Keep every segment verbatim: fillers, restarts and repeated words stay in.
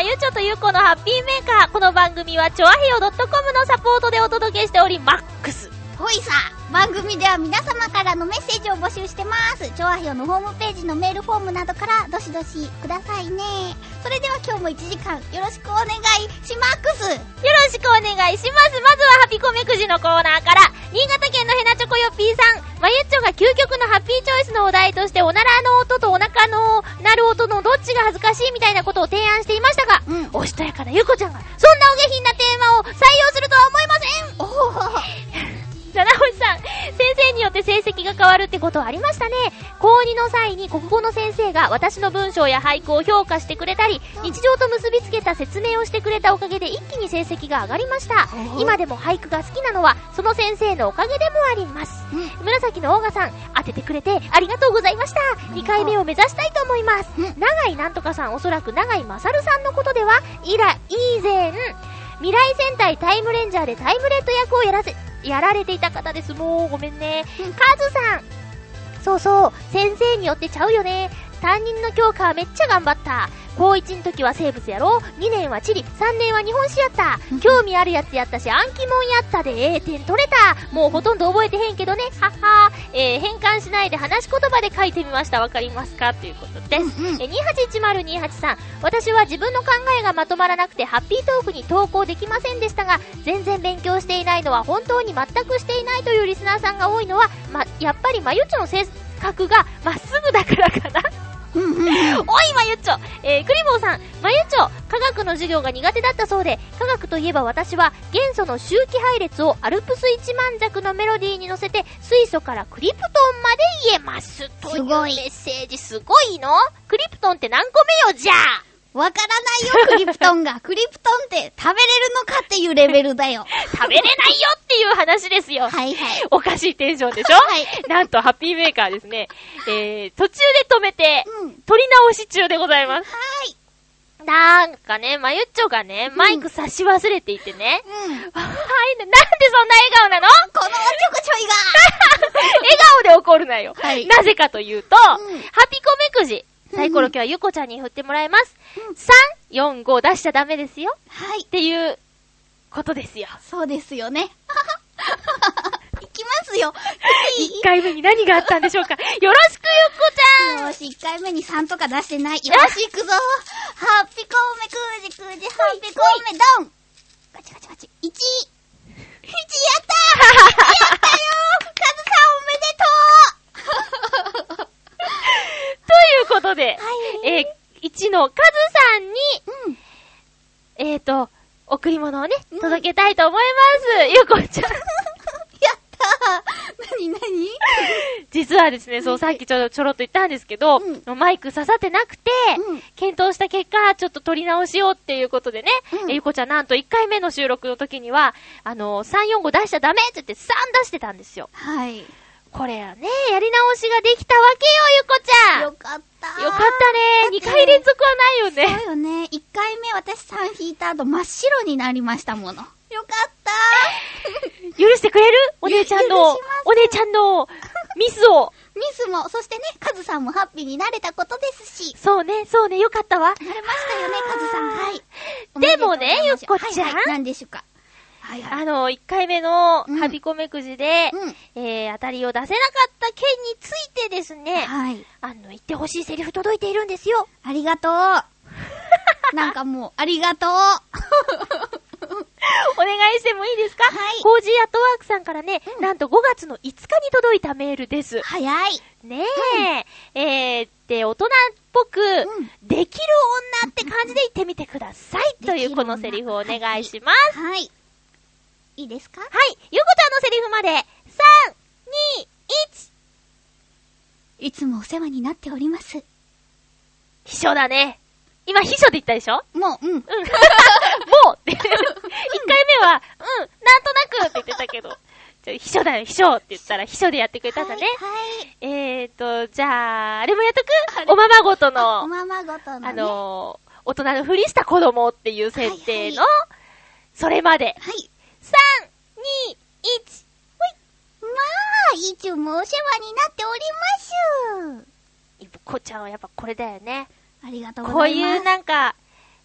まゆちょとゆこのハッピーメーカー。この番組はチョアヘヨ .com のサポートでお届けしておりマックス。 ほいさ、番組では皆様からのメッセージを募集してます。チョアヘヨのホームページのメールフォームなどからどしどしくださいね。それでは今日もいちじかんよろしくお願いしマックス。よろしくお願いします。まずはハピコメくじのコーナーから、新潟県のヘナチョコヨッピーさん。まゆっちょが究極のハッピーチョイスのお題としておならの音とお腹の鳴る音のどっちが恥ずかしいみたいなことを提案していましたが、うん、おしとやかなゆこちゃんがそんなお下品なテーマを採用するとは思いません。おー七星さん、先生によって成績が変わるってことはありましたね。高にの際に国語の先生が私の文章や俳句を評価してくれたり、日常と結びつけた説明をしてくれたおかげで一気に成績が上がりました。今でも俳句が好きなのはその先生のおかげでもあります。うん、紫のオーガさん、当ててくれてありがとうございました。にかいめを目指したいと思います。長井なんとかさん、おそらく長井勝さんのことでは、以来以前未来戦隊タイムレンジャーでタイムレッド役をやらせやられていた方です。もうごめんね。カズさん、そうそう、先生によってちゃうよね。担任の教科はめっちゃ頑張った。高いちの時は生物やろ、にねんは地理、さんねんは日本史やった。興味あるやつやったし暗記もんやったで A 点取れた。もうほとんど覚えてへんけどね、はっは。えー、変換しないで話し言葉で書いてみました。わかりますかということです。うんうん、えにはちいちまるにはちさん、私は自分の考えがまとまらなくてハッピートークに投稿できませんでしたが、全然勉強していないのは本当に全くしていないというリスナーさんが多いのは、ま、やっぱりまゆっちょの性格がまっすぐだからかな。おいまゆっちょ、えー、クリボーさん、まゆっちょ、科学の授業が苦手だったそうで、科学といえば私は元素の周期配列をアルプス一万尺のメロディーに乗せて水素からクリプトンまで言えますというメッセージ。すごいの？クリプトンって何個目よじゃあ。 わからないよ、クリプトンが。クリプトンって食べれるのかっていうレベルだよ。 食べれないよっていう話ですよ。 はいはい。 おかしいテンションでしょ。はい。なんと、ハッピーメーカーですね。えー、途中で止めて、うん、撮り直し中でございます。 はい。 なんかね、まゆっちょがね、マイク差し忘れていてね。うん。はい、なんでそんな笑顔なの？ このおちょこちょいが笑顔で怒るなよ。はい。なぜかというと、うん、ハピコメくじ。サイコロ今日はゆこちゃんに振ってもらいます。うん、さん、よん、ご出しちゃダメですよ。 はい。 っていうことですよ。 そうですよね。いきますよ。 いっかいめに何があったんでしょうか。よろしくゆこちゃん。 よし、いっかいめにさんとか出してない。よし、行くぞ。ハッピコメくじくじ、ハッピコメドン。ガチガチガチ。いち。いちやったーやったよー。カズさんおめでとうということで、はい、えー、いちのカズさんに、うん、えーと、贈り物をね、うん、届けたいと思います。ゆこちゃん。やったー。なになに実はですね、そう、さっきちょろちょろっと言ったんですけど、うん、マイク刺さってなくて、うん、検討した結果、ちょっと撮り直しようっていうことでね、うん、えゆこちゃんなんといっかいめの収録の時には、あのー、さん、よん、ご出しちゃダメって言ってさん出してたんですよ。 はい。 これはね、やり直しができたわけよ、ゆこちゃん。 よかった。 よかったね。にかい連続はないよね。 そうよね。いっかいめ私さん引いた後真っ白になりましたもの。よかった許してくれる？お姉ちゃんの、お姉ちゃんのミスを。 ミスも、そしてね、カズさんもハッピーになれたことですし。 そうね、そうね、よかったわ。 なれましたよね、カズさん。はい。 でもね、ゆこちゃん。はいはい、 何でしょうか。はいはい、 あの、いっかいめのハビコメくじで、うん、えー、当たりを出せなかった件についてですね、はい。あの、言ってほしいセリフ届いているんですよ。 ありがとう。なんかもう、ありがとう。 お願いしてもいいですか？はい。コージーアットワークさんからね、うん、なんとごがつのいつかに届いたメールです。 早い。 ねえ。うん、えー、って大人っぽく、うん、できる女って感じで言ってみてください。というこのセリフをお願いします。 はい。はい、いいですか？ はい。ゆこちゃんのセリフまで、さん、に、いち。 いつもお世話になっております。 秘書だね。今秘書で言ったでしょ？ もう、うん。うん。もうって。一回目は、うん、なんとなくって言ってたけど、ちょ秘書だよ、秘書って言ったら秘書でやってくれたんだね。 はい。はい、 えーと、じゃあ、あれもやっとく？おままごとの、 おままごとの、ね、 あのー、大人のふりした子供っていう設定の、はいはい、それまで。 はい。 さん、に、いち。 ほい。まあ、いつもお世話になっております。 いぶこちゃんはやっぱこれだよね。 ありがとうございます。 こういうなんか、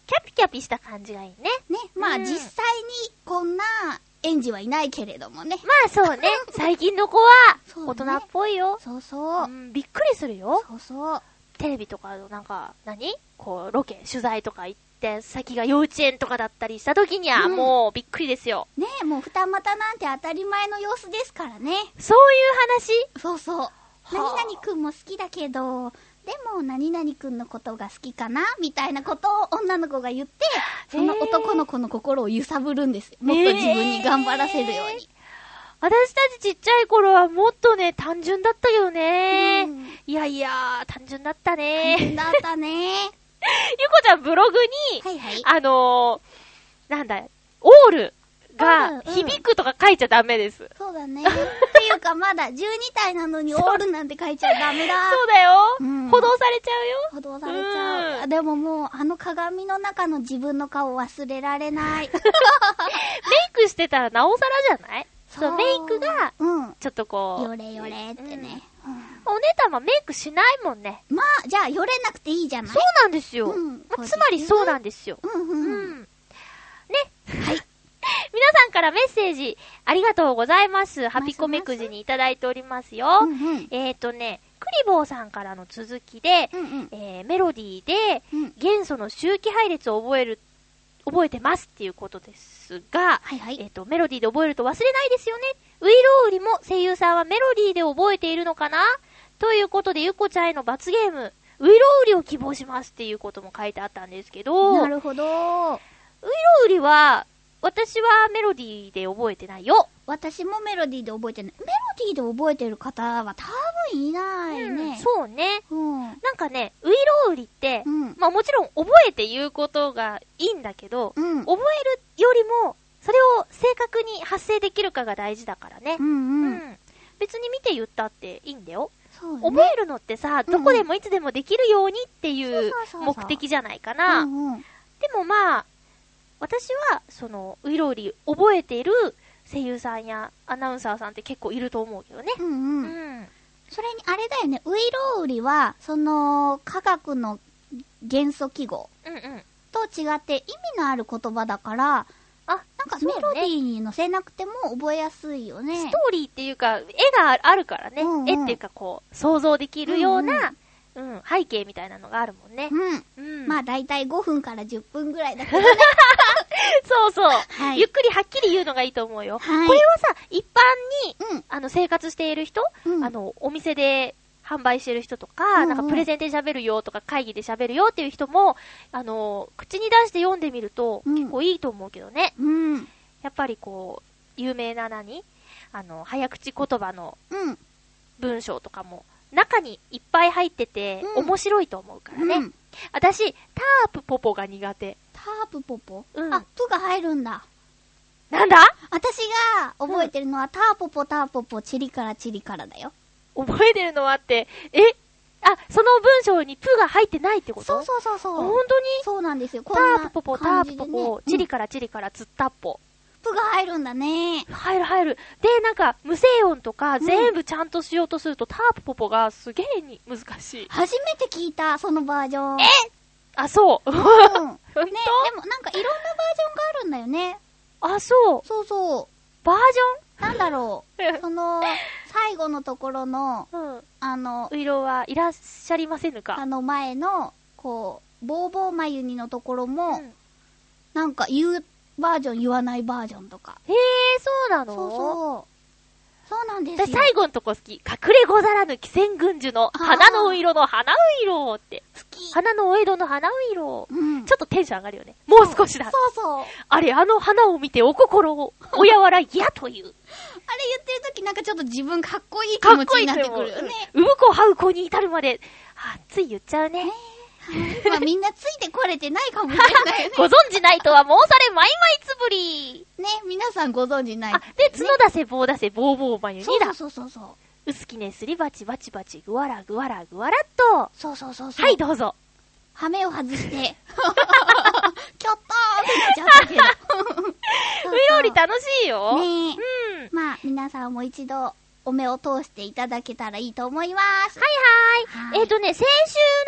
キャピキャピした感じがいいね。 ね、まあ、 うん実際にこんな園児はいないけれどもね。 まあそうね。最近の子は、大人っぽいよ。 そうそう。 うん、びっくりするよ。 そうそう。 テレビとかのなんか、何こう、ロケ、取材とか行って、先が幼稚園とかだったりした時には、もうびっくりですよ。 ねえ、もう二股なんて当たり前の様子ですからね。 そういう話？ そうそう。何々くんも好きだけど、でも何々くんのことが好きかなみたいなことを女の子が言って、その男の子の心を揺さぶるんですよ。もっと自分に頑張らせるように。 私たちちっちゃい頃はもっとね、単純だったけどね。 うん、 いやいや、単純だったね。 単純だったね。 ゆこちゃんブログに、 はいはい、 あのー、なんだ、オールが響くとか書いちゃダメです。 うん、そうだね。っていうかまだじゅうにたいなのにオールなんて書いちゃダメだ。 そうだよ、うん。補導されちゃうよ。 補導されちゃう。うん、でももう、あの鏡の中の自分の顔忘れられない。メイクしてたらなおさらじゃない？そう、メイクが、ちょっとこう。 よれよれってね。 うんうん、お姉たまメイクしないもんね。 まあ、じゃあ、よれなくていいじゃない。 そうなんですよ。うん、まあ、つまりそうなんですよ。 うんうんうん。 ね。はい。皆さんからメッセージ、ありがとうございます。ハピコメくじにいただいておりますよ。うんうん、えっとね、クリボーさんからの続きで、うんうん、えー、メロディーで、うん、元素の周期配列を覚える、覚えてますっていうことですが、はいはい、えっと、メロディーで覚えると忘れないですよね。ウイロウリも声優さんはメロディーで覚えているのかなということで、ゆこちゃんへの罰ゲーム、ウイロウリを希望しますっていうことも書いてあったんですけど、 なるほど。ウイロウリは、私はメロディーで覚えてないよ。 私もメロディーで覚えてない。メロディーで覚えてる方は多分いないね。 うん、そうね、うん。なんかね、ウイロウリって、うん、まあもちろん覚えて言うことがいいんだけど、うん、覚えるよりも、それを正確に発声できるかが大事だからね。うんうんうん、別に見て言ったっていいんだよ。そうね、覚えるのってさ、どこでもいつでもできるようにっていう目的じゃないかな。うんうん、でもまあ、私は、その、ウイロウリ覚えている声優さんやアナウンサーさんって結構いると思うけどね。うんうん。うん、 それに、あれだよね、ウイロウリは、その、科学の元素記号と違って意味のある言葉だから、あ、なんかメロディーに乗せなくても覚えやすいよね。 ストーリーっていうか、絵があるからね。うんうん、絵っていうかこう、想像できるような、うんうんうん、背景みたいなのがあるもんね。うん。うん、 まあだいたいごふんからじゅっぷんぐらいだけどね。 そうそう、はい。ゆっくりはっきり言うのがいいと思うよ。はい、これはさ、一般に、うん、あの、生活している人、うん、あの、お店で販売してる人とか、うんうん、なんかプレゼンで喋るよとか、会議で喋るよっていう人も、あの、口に出して読んでみると、うん、結構いいと思うけどね。うん。やっぱりこう、有名な何あの、早口言葉の文章とかも、中にいっぱい入ってて、うん、面白いと思うからね。うん、私、タープポポが苦手。 タープポポ、うん、あ、プが入るんだ。 なんだ？ 私が覚えてるのは、うん、ターポポターポポチリからチリからだよ。 覚えてるのはって、えあ、その文章にプが入ってないってこと？ そうそうそうそう。 本当に？ そうなんですよ。 タープポポタープポポ、チリからチリからツッタッポ。 プが入るんだね。 入る入る。で、なんか、無声音とか、全部ちゃんとしようとすると、うん、タープポポがすげえに難しい。 初めて聞いた、そのバージョン。 えあ、そう。うん。ね、でもなんかいろんなバージョンがあるんだよね。 あ、そう。 そうそう。 バージョンなんだろう。その、最後のところの、うん、あの、 ういろはいらっしゃりませぬか。 あの前の、こう、ボーボー眉にのところも、うん、なんか言う、バージョン言わないバージョンとか。 へえ、そうなの？ そうそう。そうなんですよ。 最後のとこ好き。隠れござらぬ寄仙軍樹の花のお色の花ういろって。 好き。 花のお江戸の花ういろ。うん。ちょっとテンション上がるよね。もう少しだ。 そうそう。 あれ、あの花を見てお心を、おやわらぎやという。あれ言ってるときなんかちょっと自分かっこいい気持ちになってくるよね。 うぶこはうこに至るまで、はつい言っちゃうね。 まあみんなついてこれてないかもしれないよね。 ご存知ないとは申されまいまいつぶり。 ね、皆さんご存知ない、 ね。あ、で、角出せ棒出せ棒棒眉にだ。 そうそうそうそう。 うすきねすりばちばちばちぐわらぐわらぐわらっと。 そうそうそうそう。 はい、どうぞ。 ハメを外して。キョットーってなっちゃったけど。 ウイロウリ楽しいよ。 ねえ。うん。まあ皆さんも一度。お目を通していただけたらいいと思います。 はいはい。はい、えっ、ー、とね、先週の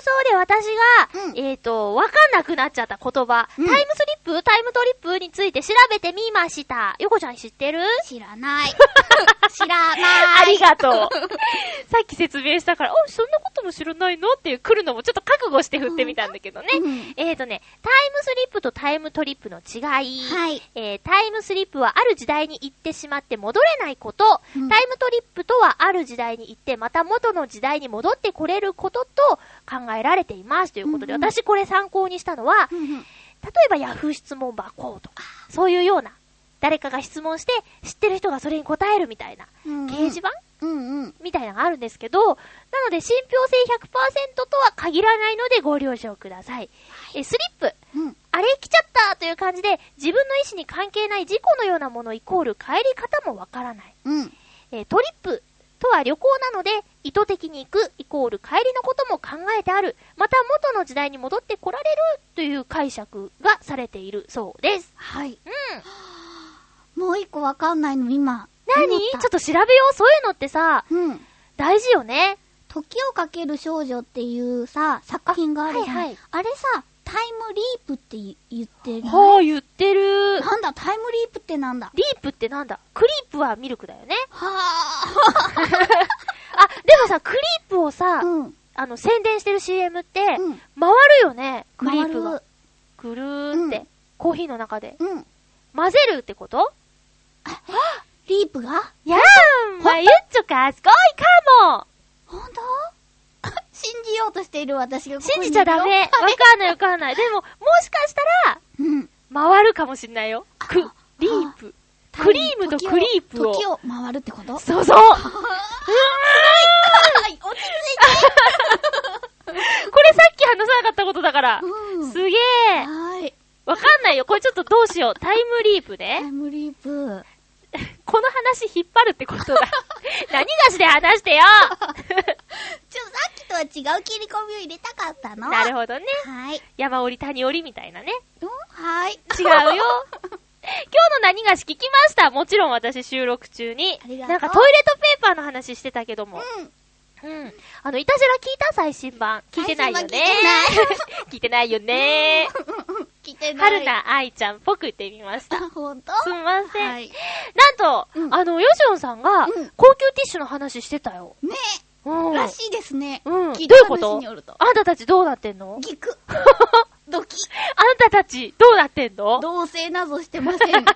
送で私が、 うん、 えっ、ー、と、わかんなくなっちゃった言葉、うん、タイムスリップタイムトリップについて調べてみました。よこちゃん知ってる？ 知らない。知らない。 ありがとう。さっき説明したから、お、そんなことも知らないのっていう来るのもちょっと覚悟して振ってみたんだけどね。うん、えっ、ー、とね、タイムスリップとタイムトリップの違い。はい。えー、タイムスリップはある時代に行ってしまって戻れないこと。うん、タイムトリップとはある時代に行ってまた元の時代に戻ってこれることと考えられていますということで、うんうん、私これ参考にしたのは、うんうん、例えばヤフー質問箱とか、そういうような、誰かが質問して知ってる人がそれに答えるみたいな、うんうん、掲示板、うんうん、みたいなのがあるんですけど、なので信憑性 ひゃくパーセント とは限らないのでご了承ください。はい、えスリップ、うん、あれ来ちゃったという感じで自分の意思に関係ない事故のようなものイコール帰り方もわからない、うんえー、トリップとは旅行なので意図的に行くイコール帰りのことも考えてある、また元の時代に戻ってこられるという解釈がされているそうです。 はい。うん。もう一個わかんないの今。 何？ちょっと調べよう。そういうのってさ、うん、大事よね。 時をかける少女っていうさ作品があるじゃん。あ,、はいはい、あれさタイムリープって言ってる。 はぁ、言ってる。 なんだタイムリープってなんだ。 リープってなんだ。クリープはミルクだよね。 はぁあ、でもさ、クリープをさ、うん、あの、宣伝してる シーエム って、うん、回るよね、クリープが。ぐるーって、うん、コーヒーの中で。うん、混ぜるってこと？ あ、リープが？ やーん、まゆっちょか、すごいかも。 ほんと？信じようとしている私がここに信じちゃダメ。わかんないわかんない。でも、もしかしたら、うん、回るかもしんないよ。く、リープ。クリームとクリープを。 時を回るってこと？ そうそう。うーん。はい、 落ち着いて。これさっき話さなかったことだから。うん、すげえ。はい。わかんないよ。これちょっとどうしよう。タイムリープね。 タイムリープ。 この話引っ張るってことだ。何がしで話してよ。 ちょ、さっきとは違う切り込みを入れたかったの。 なるほどね。 はい。 山折り谷折りみたいなね。 うんはい。 違うよ。今日の何がし聞きました。もちろん私収録中に。なんかトイレットペーパーの話してたけども。うん。うん。あの、いたじら聞いた最新版。聞いてないよね。聞いてない。聞いてないよね。 聞いてない。 春菜愛ちゃんっぽく言ってみました。 ほんと？ すみません。はい、なんと、うん、あの、ヨジョンさんが、高級ティッシュの話してたよ。 ねえ。うん。らしいですね。 うん。聞いた話によると。どういうこと？あんたたちどうなってんの？ ギク。ドキ。 あんたたちどうなってんの？ 同棲などしてません。ね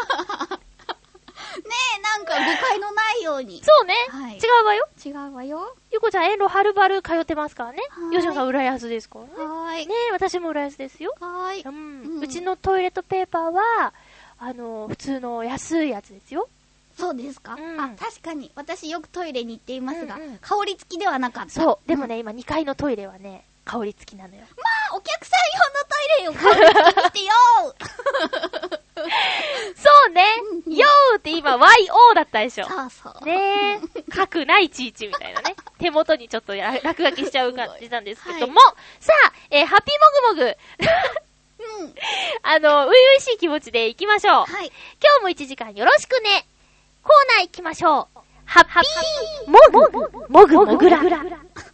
え、なんか誤解のないように。 そうね。はい、違うわよ。 違うわよ。 ゆこちゃん、遠路はるばる通ってますからね。よしおさん、浦安ですからね。 はーい。 ねえ、私も浦安ですよ。 はーい。 うん。うん、うちのトイレットペーパーは、あの、普通の安いやつですよ。 そうですか、うん、あ、確かに。私よくトイレに行っていますが、うんうん、香り付きではなかった。 そう。でもね、うん、今にかいのトイレはね、香り付きなのよ。 まあ、お客さん用のトイレを香り付きにしてよーそうね、よーって今 ワイオー だったでしょ。 そうそう。 ねー。書くないちいちみたいなね。手元にちょっと落書きしちゃう感じなんですけども。はい、さあ、えー、ハッピーもぐもぐ。うん。あの、初々しい気持ちで行きましょう。はい。今日もいちじかんよろしくね。コーナー行きましょう。ハッピーもぐもぐもぐら。違った。違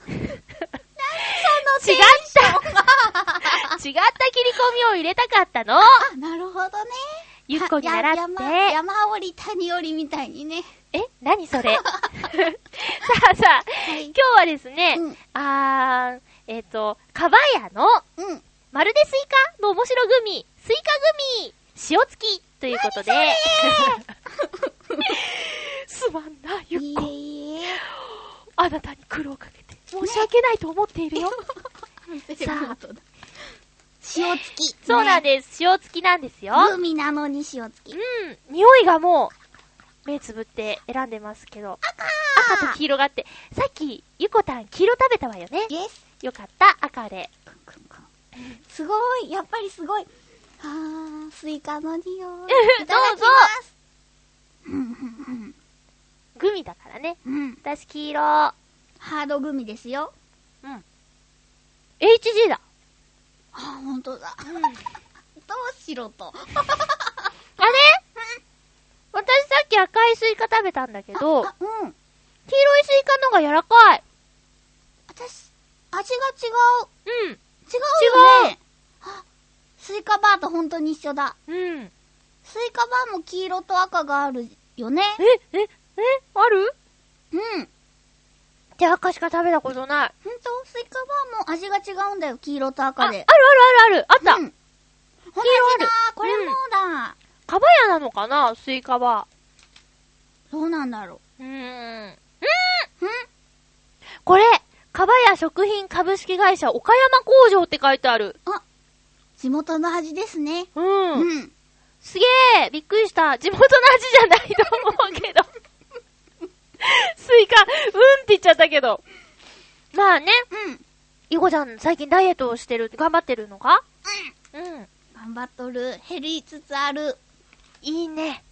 った切り込みを入れたかったの。 あ、なるほどね。 ゆっこに習って。 山、山折り谷折りみたいにね。 え？何それさあさあ、はい、今日はですね、うん、あー、えっ、ー、と、かばやの、うん、まるでスイカの面白グミ、スイカグミ、塩付きということで。すまんな、ゆっこ。いいえあなたに苦労かけて、申し訳ないと思っているよ。ね、さあ。 塩付き。 そうなんです。塩付きなんですよ。 グミなのに塩付き。 うん。匂いがもう、目つぶって選んでますけど。 赤赤と黄色があって。さっき、ゆこたん黄色食べたわよね。 イエス。 よかった、赤で。 すごい。やっぱりすごい。あー、スイカの匂い。いただきます。 どうぞ。グミだからね。 うん。 私黄色。 ハードグミですよ。 うん。エイチジー だ。 あ、ほんとだ。うん、どうしろと。あれ、 私さっき赤いスイカ食べたんだけど、うん、黄色いスイカのが柔らかい。 私、 味が違う。 うん。 違うよね。あ、スイカバーと本当に一緒だ。 うん。 スイカバーも黄色と赤があるよね。 え、え、え、ある？ うん。 で、赤しか食べたことない。 ほんと？スイカバーも味が違うんだよ、黄色と赤で。 あ、あるあるあるある。あった。 うん。同じ黄色あるだ。これもだ。 かばやなのかな、スイカバそうなんだろー。うーん。うーん。 う。ん？ これ、かばや食品株式会社岡山工場って書いてある。 あ、地元の味ですね。 うん。 うん。 すげえびっくりした。地元の味じゃないと思うけど。スイカ、うんって言っちゃったけど。まあね。 うん。 いこちゃん最近ダイエットをしてる、頑張ってるのか？うん。うん。 頑張っとる。減りつつある。 いいね。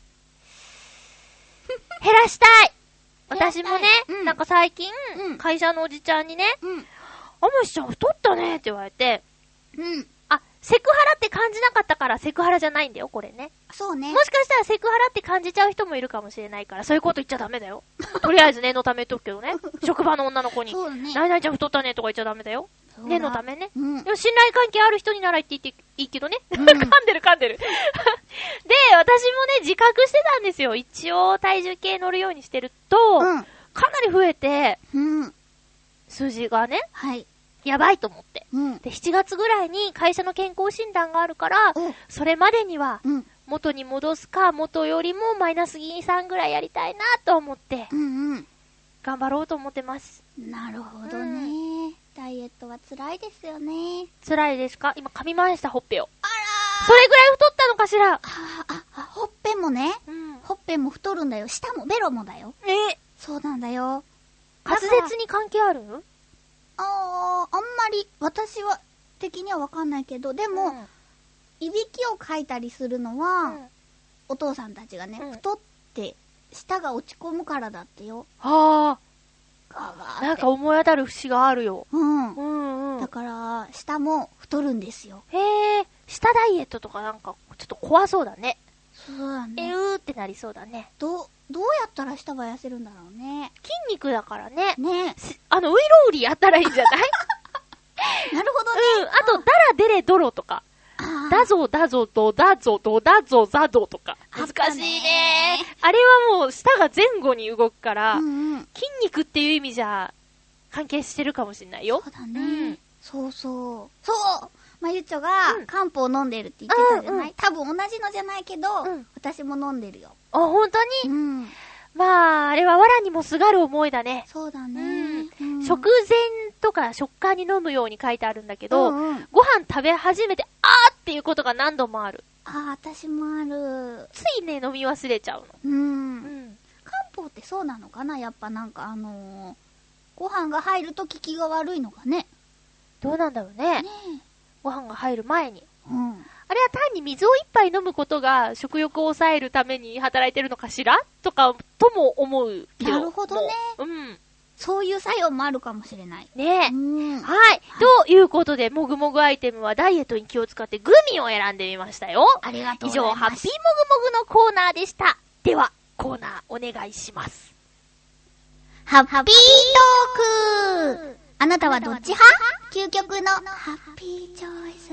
減らしたい。私もね、 うん、 なんか最近、 うん、 会社のおじちゃんにね、 うん。 あもしちゃん太ったねって言われて、 うん。 あ、セクハラって感じなかったからセクハラじゃないんだよ、これね。 そうね。 もしかしたらセクハラって感じちゃう人もいるかもしれないから、そういうこと言っちゃダメだよ。とりあえず念のため言っとくけどね。職場の女の子に。 そうね。 なになにちゃん太ったねとか言っちゃダメだよ。念のためね。 うん。 でも信頼関係ある人になら言って言っていいけどね。うん、噛んでる噛んでる。で、私もね、自覚してたんですよ。一応体重計乗るようにしてると、うん、かなり増えて、 うん、 数字がね、 はい。 やばいと思って、 うん。 で、しちがつぐらいに会社の健康診断があるから、うん、それまでには、元に戻すか、元よりもマイナスにさんぐらいやりたいなと思って、 うんうん、 頑張ろうと思ってます。 なるほどね、うん。ダイエットは辛いですよね。 辛いですか？今噛み回したほっぺを。 あらー。 それぐらい太ったのかしら。 ああ、あ、ほっぺもね、うん、ほっぺも太るんだよ。舌もベロもだよ。 えそうなんだよ。 滑舌に関係ある？ あー、あんまり私は的にはわかんないけど、でも、うん、いびきをかいたりするのは、うん、お父さんたちがね、うん、太って舌が落ち込むからだってよ。 はあ。なんか思い当たる節があるよ。 うん。 うんうん。 だから舌も太るんですよ。 へえ。舌ダイエットとかなんかちょっと怖そうだね。 そうだね。 えうーってなりそうだね。 どう、どうやったら舌は痩せるんだろうね。 筋肉だからね。 ね。 あの、ウイロウリやったらいいんじゃないなるほどね。 うん。あと、ダラデレドロとか。だぞだぞどだぞどだぞざどとか。難しいね。あれはもう舌が前後に動くから、うんうん、筋肉っていう意味じゃ関係してるかもしれないよ。 そうだね。うん、そうそう。そうまゆちょが漢方を飲んでるって言ってたじゃない、うん、多分同じのじゃないけど、うん、私も飲んでるよ。 あ、本当に、うん、まあ、あれは藁にもすがる思いだね。 そうだね。 うんうん、食前とか食感に飲むように書いてあるんだけど、うんうん、ご飯食べ始めて、あーっていうことが何度もある。 あー、私もある。 ついね、飲み忘れちゃうの。 うん。うん、漢方ってそうなのかな？やっぱなんかあのー、ご飯が入ると効きが悪いのかね。 どうなんだろうね。ねえ。ご飯が入る前に。 うん。 あれは単に水を一杯飲むことが食欲を抑えるために働いてるのかしらとか、とも思うけど。 なるほどね。 うん。 そういう作用もあるかもしれない。 ねえ。 うん。 はい。はい。ということで、もぐもぐアイテムはダイエットに気を使ってグミを選んでみましたよ。 ありがとうございます。 以上、ハッピーもぐもぐのコーナーでした。では、コーナーお願いします。 ハッピートーク！あなたはどっち派？究極のハッピーチョイス。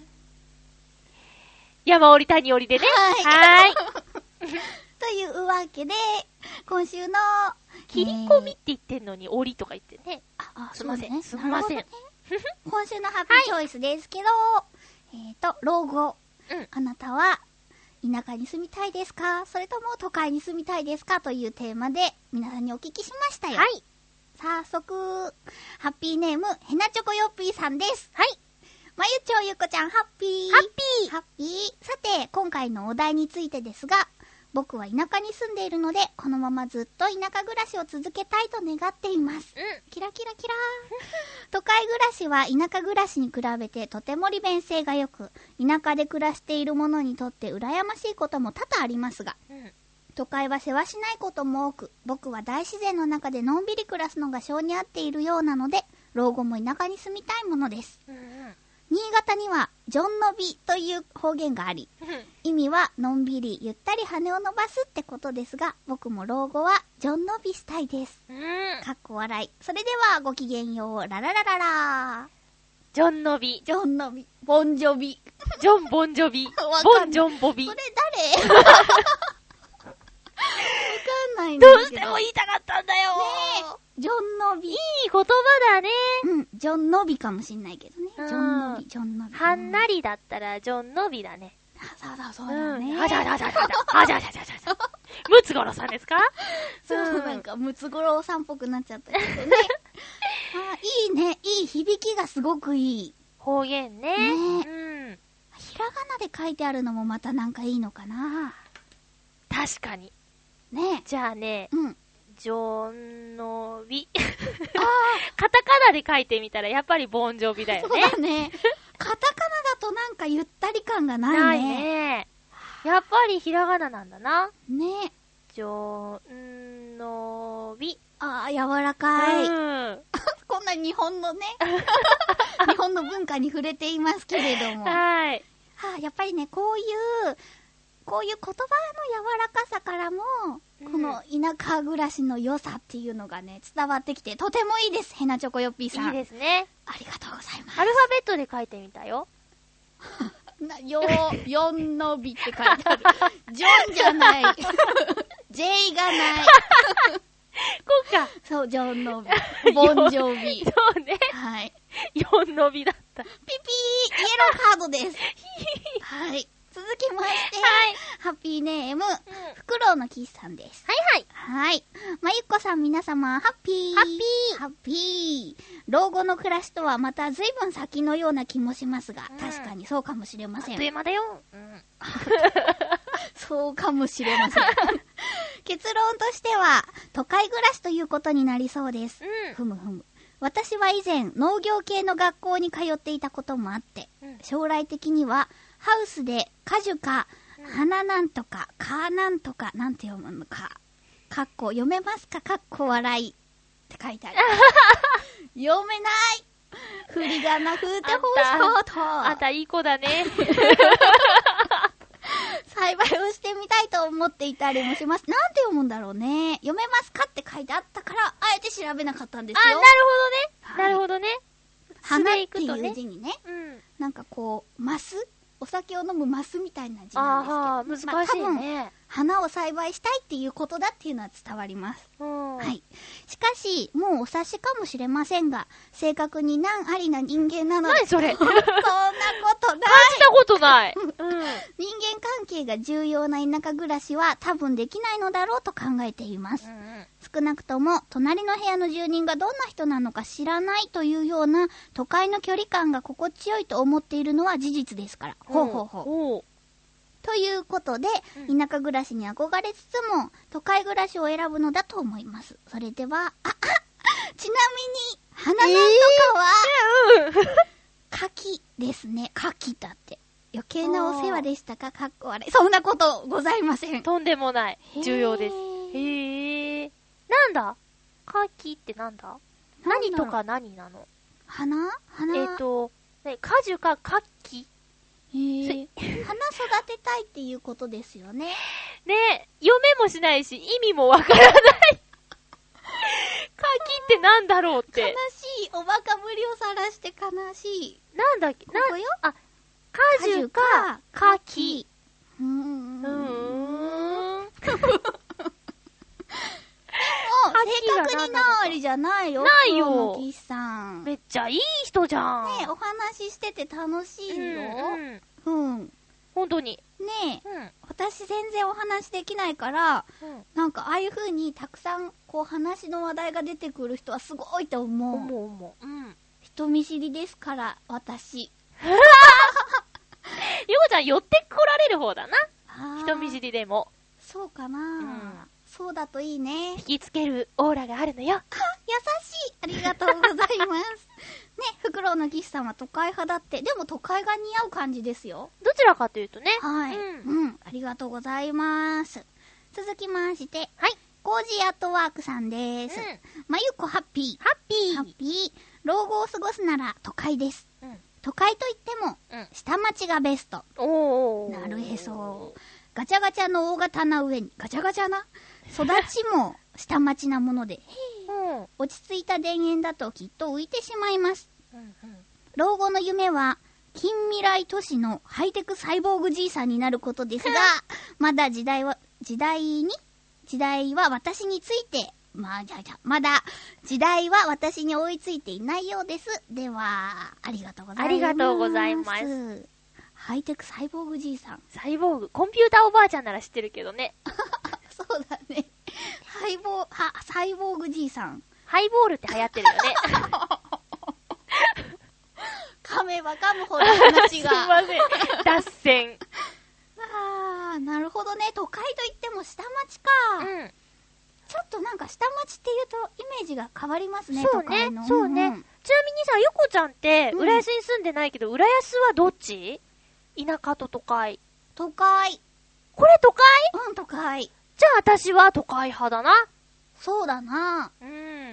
山折り谷折りでね。 はい。はーい。というわけで、今週の、 切り込みって言ってんのに折りとか言ってね。 あ、あ、 すいません。 ね、 すみません。ね、 今週のハッピーチョイスですけど、はい、えっと、老後。うん。あなたは、田舎に住みたいですか？それとも都会に住みたいですか？というテーマで、皆さんにお聞きしましたよ。 はい。 早速、ハッピーネーム、へなちょこよっぴーさんです。 はい。 まゆちょうゆこちゃん、ハッピー。 ハッピー。 ハッピー。さて、今回のお題についてですが、僕は田舎に住んでいるので、このままずっと田舎暮らしを続けたいと願っています。 うん。 キラキラキラー。都会暮らしは田舎暮らしに比べてとても利便性が良く、田舎で暮らしている者にとって羨ましいことも多々ありますが、うん、都会は世話しないことも多く、僕は大自然の中でのんびり暮らすのが性に合っているようなので、老後も田舎に住みたいものです。 うんうん、 新潟にはジョンのびという方言があり、意味はのんびりゆったり羽を伸ばすってことですが、僕も老後はジョンのびしたいです。 うん。 かっこ笑い。それではごきげんよう。ラララララ。 ジョンのび。 ジョンのび。ボンジョビ。 ジョンボンジョビ。ボンジョンボビ。 それ誰？わかんないんだけど。 どうしても言いたかったんだよ。 ねえ。ジョンのび。いい言葉だね。 うん。ジョンのびかもしんないけどね。ジョンのび、ジョンのび。 はんなりだったらジョンのびだね。 そうだそうだね。 あじゃじゃじゃじゃじゃ。あじゃじゃじゃじゃじゃ。ムツゴロウさんですか？ そう、なんかムツゴロウさんっぽくなっちゃったけどね。あ、いいね。いい響きがすごくいい。 方言ね。 ねえ。 うん。 ひらがなで書いてあるのもまたなんかいいのかな。 確かに。 ねえ。 じゃあね、 うん。 ジョンのび。 ああ。カタカナで書いてみたらやっぱりボンジョビだよね。 そうだね。カタカナだとなんかゆったり感がないね。 ないね。やっぱりひらがななんだな。 ね。 ジョンのび。 ああ、柔らかい。 うん。 こんな日本のね、日本の文化に触れていますけれども。 はい。 はあ、やっぱりね、こういう、こういう言葉の柔らかさからも、うん、この田舎暮らしの良さっていうのがね、伝わってきて、とてもいいです、ヘナチョコヨッピーさん。 いいですね。 ありがとうございます。 アルファベットで書いてみたよ。 な、よ、よんのびって書いてある。ジョンじゃない。J がない。 こうか。 そう、ジョンのび。ボンジョビ。 そうね。 はい。 よんのびだった。 ピピー、イエローカードです。はい。続きまして、はい、ハッピーネーム、うん、フクロウのキスさんです。 はいはい。 はい。まゆっこさん皆様、ハッピー。 ハッピー。 ハッピー。老後の暮らしとはまた随分先のような気もしますが、うん、確かにそうかもしれません。 あっという間だよ。うん、 そうかもしれません。結論としては、都会暮らしということになりそうです。うん、ふむふむ。私は以前、農業系の学校に通っていたこともあって、うん、将来的には、ハウスで果樹か、うん、花なんとか、カーなんとか、なんて読むのか。かっこ、読めますかかっこ笑い。って書いてある。読めない。振り仮名振ってほしかった。 あんたいい子だね。 栽培をしてみたいと思っていたりもします。なんて読むんだろうね。読めますかって書いてあったから、あえて調べなかったんですよ。 あ、なるほどね。はい、なるほどね。 花っていう字にね、 うん、 なんかこう、マスお酒を飲むマスみたいな字なんですけど。 ああ、難しいね。まあ、多分花を栽培したいっていうことだっていうのは伝わります。はい。しかし、もうお察しかもしれませんが、正確に難ありな人間なので。 何それそんなことない。 感じたことない。うん、 人間関係が重要な田舎暮らしは多分できないのだろうと考えています。うんうん、少なくとも、隣の部屋の住人がどんな人なのか知らないというような都会の距離感が心地よいと思っているのは事実ですから。ほうほうほう。ほうということで、うん、田舎暮らしに憧れつつも、都会暮らしを選ぶのだと思います。それでは、あ、あ、ちなみに、花なんとかは、えー、柿ですね。柿だって。余計なお世話でしたかかっこ悪い。そんなことございません。 とんでもない。重要です。へえ。なんだ柿ってなんだ何とか何なの花花えっ、ー、と、ね、果樹か柿へー花育てたいっていうことですよね。 ねえ、読めもしないし、意味もわからない。柿ってなんだろうって。 悲しい。おバカぶりを晒して悲しい。 なんだっけここよ。 あ、果樹か柿。 うーん。うーん。正確になりじゃないよ。 ないよ。 キさん。 めっちゃいい人じゃん。 ねえ、お話ししてて楽しいよ。 うん。 うん。 本当に。 ねえ、うん、私全然お話できないから、うん、なんかああいう風にたくさんこう話の話題が出てくる人はすごいと思う。 思う思う。うん。 人見知りですから、私。 ゆこちゃん寄ってこられる方だな。人見知りでも。 そうかな、うん、そうだといいね。 引きつけるオーラがあるのよ。 優しい。ありがとうございます。ね、フクロウのキスさんは都会派だって。でも都会が似合う感じですよ。 どちらかというとね。 はい。うん。うん、ありがとうございます。続きまして。はい。コージーアットワークさんです。うん、まゆこハッピー。 ハッピー。 ハッピー。老後を過ごすなら都会です。うん。 都会といっても、 うん、 下町がベスト。 おー。 なるへそ。ガチャガチャの大型な上に、ガチャガチャな育ちも下町なもので、 うん、 落ち着いた田園だときっと浮いてしまいます。 うんうん、 老後の夢は、近未来都市のハイテクサイボーグじいさんになることですが、まだ時代は、時代に時代は私について、まあ、じゃあじゃあ、まだ時代は私に追いついていないようです。では、ありがとうございます。 ありがとうございます。 ハイテクサイボーグじいさん。 サイボーグ。コンピューターおばあちゃんなら知ってるけどね。 そうだね。ハイボー、は、サイボーグじいさん。 ハイボールって流行ってるよね。 噛めば噛むほど話が。すいません。脱線。 あー、なるほどね。都会といっても下町か。うん。ちょっとなんか下町っていうとイメージが変わりますね。 そうね、そうね。 うんうん、 ちなみにさ、ゆこちゃんって、浦安に住んでないけど、うん、浦安はどっち？田舎と都会。 都会。 これ都会？ うん、都会。 じゃあ私は都会派だな。 そうだな。 うん。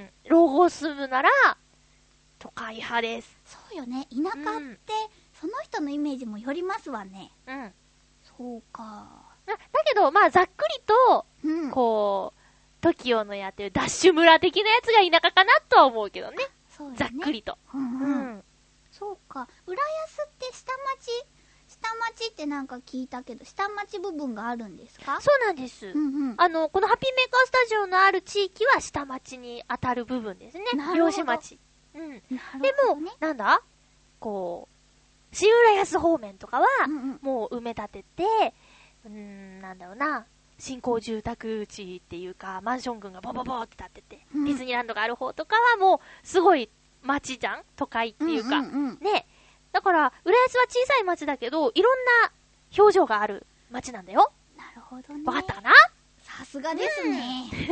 老後住むなら、都会派です。 そうよね。田舎って、うん、その人のイメージもよりますわね。 うん。 そうか。 だけど、まあ、ざっくりと、 うん、 こう、トキオのやってるダッシュ村的なやつが田舎かなとは思うけどね。 そうよね。 ざっくりと。 うんうん。うん、そうか。浦安って下町、下町ってなんか聞いたけど、下町部分があるんですか？ そうなんです。 うんうん。 あの、このハッピーメーカースタジオのある地域は下町に当たる部分ですね。漁師町。うん。でも、なんだこう、新浦安方面とかは、うんうん、もう埋め立てて、うーん、なんだろうな。新興住宅地っていうか、マンション群がボボボーって立ってて、うん、ディズニーランドがある方とかはもう、すごい街じゃん？都会っていうか、 うんうんうん。 ね。だから、浦安は小さい街だけど、いろんな表情がある街なんだよ。 なるほどね。 わかったかな？ さすがですね。うん、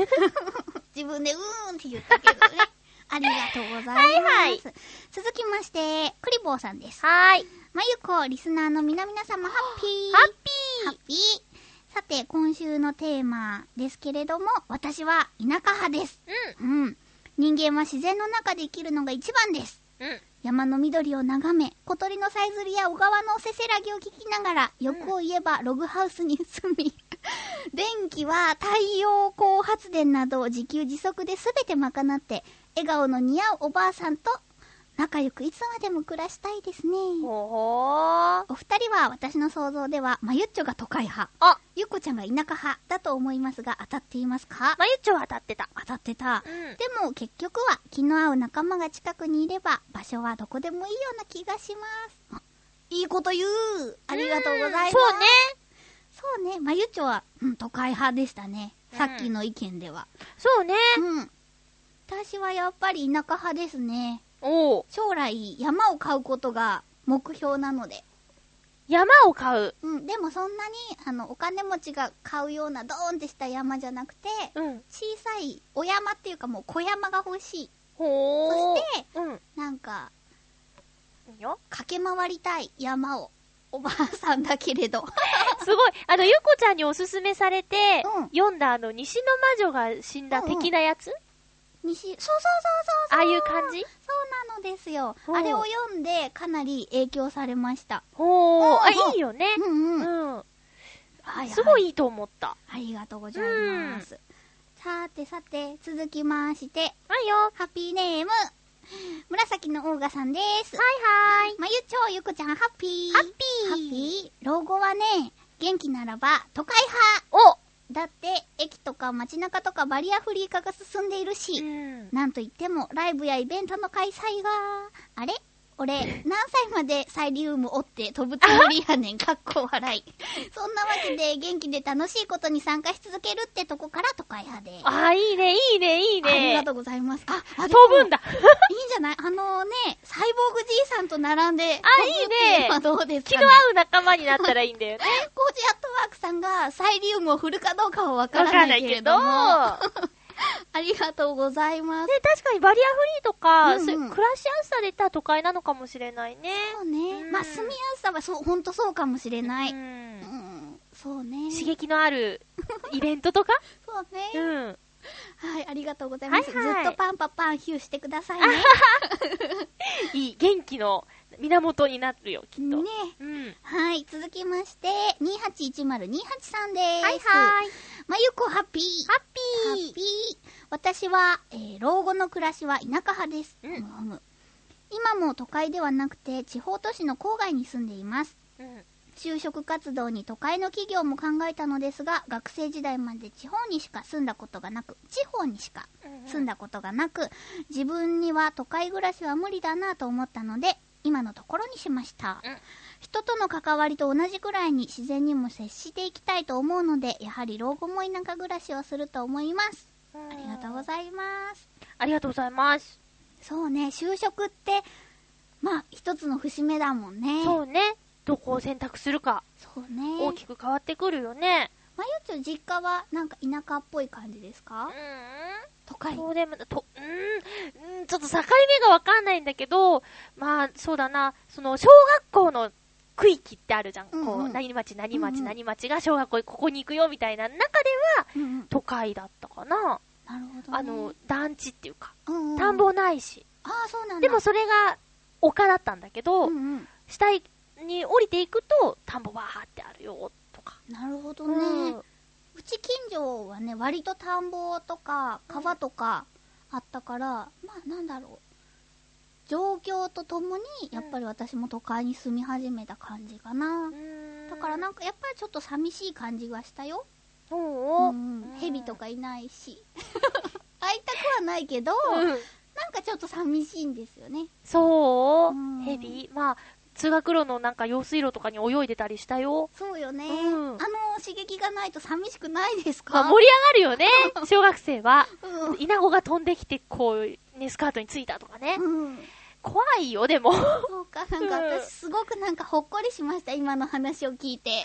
自分でうーんって言ったけどね。ありがとうございます。はいはい。続きまして、クリボーさんです。 はーい。 まゆこ、リスナーの皆々様、ハッピー。 ハッピー。 ハッピー。さて、今週のテーマですけれども、私は田舎派です。 うん。 うん。人間は自然の中で生きるのが一番です。 うん。 山の緑を眺め、小鳥のさえずりや小川のせせらぎを聞きながら、欲を言えばログハウスに住み、電気は太陽光発電などを自給自足で全て賄って、笑顔の似合うおばあさんと仲良くいつまでも暮らしたいですね。 ほほー。 お二人は私の想像ではまゆっちょが都会派、 あ、 ゆっこちゃんが田舎派だと思いますが、当たっていますか？ まゆっちょは当たってた。 当たってた。 うん、 でも結局は気の合う仲間が近くにいれば場所はどこでもいいような気がします。いいこと言う。ありがとうございます。 そうね。 そうね。まゆっちょは、うん、都会派でしたね。さっきの意見では。 そうね。 うん。私はやっぱり田舎派ですね。 おー。 将来山を買うことが目標なので。 山を買う。 うん。でもそんなにあのお金持ちが買うようなドーンってした山じゃなくて、 うん、 小さいお山っていうかもう小山が欲しい。 ほー。 そして、 うん、 なんかいいよ、 駆け回りたい山を。おばあさんだけれどすごい。あのゆこちゃんにおすすめされて、 うん、 読んだあの西の魔女が死んだ的なやつ、うんうん、 西、そうそうそうそうそう。 ああいう感じ？ そうなのですよ。あれを読んでかなり影響されました。 ほー。あ、いいよね。 うんうん。 うん。 はいはい、 すごいいいと思った。 ありがとうございます。さてさて、続きまして。 はいよ。 ハッピーネーム。紫のオーガさんです。 はいはい。 まゆちょうゆこちゃん、ハッピー。 ハッピー。 ハッピー。老後はね、元気ならば都会派。 おだって、駅とか街中とかバリアフリー化が進んでいるし、 うん、 なんといってもライブやイベントの開催が、あれ俺、何歳までサイリウム折って飛ぶつもりやねん、かっこ笑い。そんなわけで元気で楽しいことに参加し続けるってとこから都会派で。 あ、いいね、いいね、いいね。 ありがとうございます。あ、あ飛ぶんだ。 いいんじゃない？あのね、サイボーグじいさんと並んで、 あ、いいね。 どうですかね。 気の合う仲間になったらいいんだよね。 コージアットワークさんがサイリウムを振るかどうかはわからないけれども。わからないけど。ありがとうございます。 で、確かにバリアフリーとか、 うんうん、 そういう暮らしやすさで言ったら都会なのかもしれないね。 そうね。うん、まあ、住みやすさはそう、ほんとそうかもしれない。 うん。 うん、そうね。 刺激のあるイベントとかそうね。 うん。 はい、ありがとうございます。 はいはい、 ずっとパンパパンヒューしてくださいね。 いい、元気の源になるよ、きっと。 ね、 うん。 はい、続きまして、にはちいちまるにはちさんでーす。 はいはい。 まゆこハッピー。 ハッピー。 ハッピー。私は、えー、老後の暮らしは田舎派です。 うん。 むむ今も都会ではなくて、地方都市の郊外に住んでいます。 うん。 就職活動に都会の企業も考えたのですが、学生時代まで地方にしか住んだことがなく、地方にしか住んだことがなく、自分には都会暮らしは無理だなと思ったので、今のところにしました。 うん、 人との関わりと同じくらいに自然にも接していきたいと思うので、やはり老後も田舎暮らしをすると思います。ありがとうございます。 ありがとうございます。 そうね、就職って、まあ、一つの節目だもんね。 そうね。どこを選択するか。 そうね。 大きく変わってくるよね。 まゆちょ、実家はなんか田舎っぽい感じですか？ うーん。 都会。 そうでも、と、うーん、ちょっと境目がわかんないんだけど、まあ、そうだな、その、小学校の区域ってあるじゃん。うんうん、こう、何町、何町、うんうん、何町が小学校ここに行くよみたいな中では、うんうん、都会だったかな。 なるほどね。 あの、団地っていうか、 うんうん、 田んぼないし。 ああ、そうなんだ。 でもそれが丘だったんだけど、 うんうん、 下に降りていくと、田んぼバーってあるよ、とか。 なるほどね。うん、うち近所はね、割と田んぼとか、川とかあったから、うん、まあなんだろう。状況とともに、やっぱり私も都会に住み始めた感じかな。うん、だからなんかやっぱりちょっと寂しい感じがしたよ。 おー。 うん、蛇とかいないし。会いたくはないけど、うん、なんかちょっと寂しいんですよね。 そう、うん、蛇まあ、通学路のなんか用水路とかに泳いでたりしたよ。 そうよね。 うん、 あの刺激がないと寂しくないですか？ まあ、盛り上がるよね、小学生は。うん、稲穂が飛んできて、こう、ね、スカートについたとかね。うん、怖いよ、でも。 そうか、なんか私すごくなんかほっこりしました、今の話を聞いて。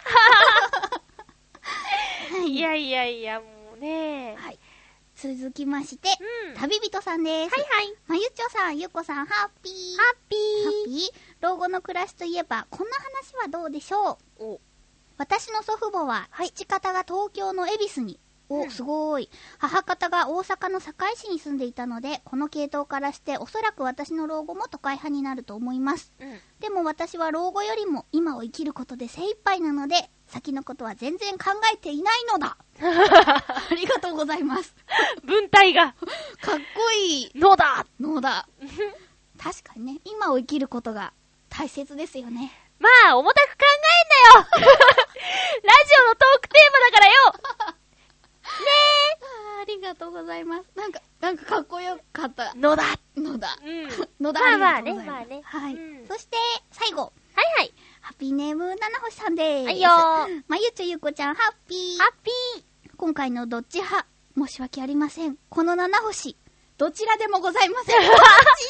はい、いやいやいや、もうね。 はい。続きまして、うん、旅人さんです。 はいはい。 まゆちょさん、ゆこさん、ハッピー。 ハッピー。 ハッピー。老後の暮らしといえば、こんな話はどうでしょう。お私の祖父母は、はい、父方が東京の恵比寿に、お、すごい。母方が大阪の堺市に住んでいたので、この系統からしておそらく私の老後も都会派になると思います。うん、でも私は老後よりも今を生きることで精一杯なので、先のことは全然考えていないのだ。ありがとうございます。 文体が。 かっこいい。 のだのだ。確かにね、今を生きることが大切ですよね。 まあ、重たく考えんなよ。ラジオのトークテーマだからよ。ねえ。あ, ありがとうございます。なんか、なんかかっこよかった。 のだ。 のだ。 うん。 のだ。 まあまあね、まあね。 はい。うん、そして、最後。 はいはい。 ハッピーネーム、七星さんでーす。 はいよー。 まゆちょゆこちゃん、ハッピー。 ハッピー。 今回のどっち派、申し訳ありません。この七星、どちらでもございません。どっちって、どっ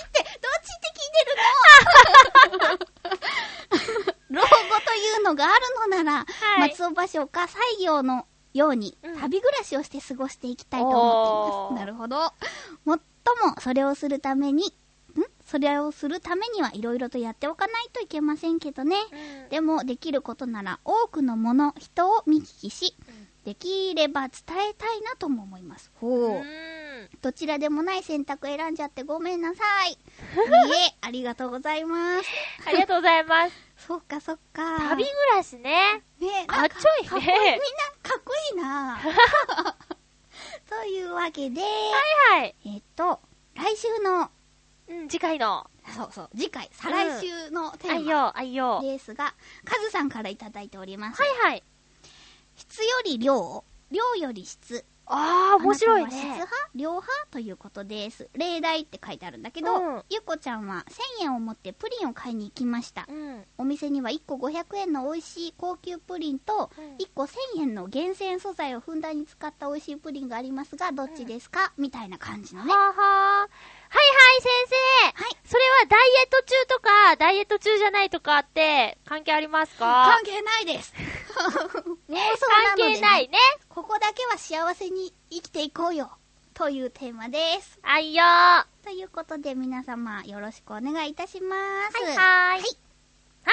ちって聞いてるの？老後というのがあるのなら、はい、松尾芭蕉か西行のように、うん、旅暮らしをして過ごしていきたいと思っています。なるほど。もっとも、それをするために、んそれをするためにはいろいろとやっておかないといけませんけどね。うん、でも、できることなら多くのもの、人を見聞きし、うん、できれば伝えたいなとも思います。ほう。どちらでもない選択選んじゃってごめんなさい。いえ、ありがとうございます。 ありがとうございます。 そっかそっか。 旅暮らしね。 ねかっちょいいね。 かっこいい。みんなかっこいいな。というわけで、 はいはい。 えっと、来週の、 うん、次回の。 そうそう、次回、再来週のテーマですが、カズさんからいただいております。 はいはい。 質より量、量より質。 ああ、面白いね。 質派量派ということです。例題って書いてあるんだけど、うん、ゆこちゃんはせんえんを持ってプリンを買いに行きました。うん、お店にはいっこごひゃくえんの美味しい高級プリンと、うん、いっこせんえんの厳選素材をふんだんに使った美味しいプリンがありますが、どっちですか、うん、みたいな感じのね。 ははー。はいはい先生。はい。それはダイエット中とか、ダイエット中じゃないとかって関係ありますか？ 関係ないです。もうそうなので、ね、 関係ないね。 ここだけは幸せに生きていこうよ。というテーマです。 あいよー。 ということで皆様よろしくお願いいたします。 はいはーい。はい。はい。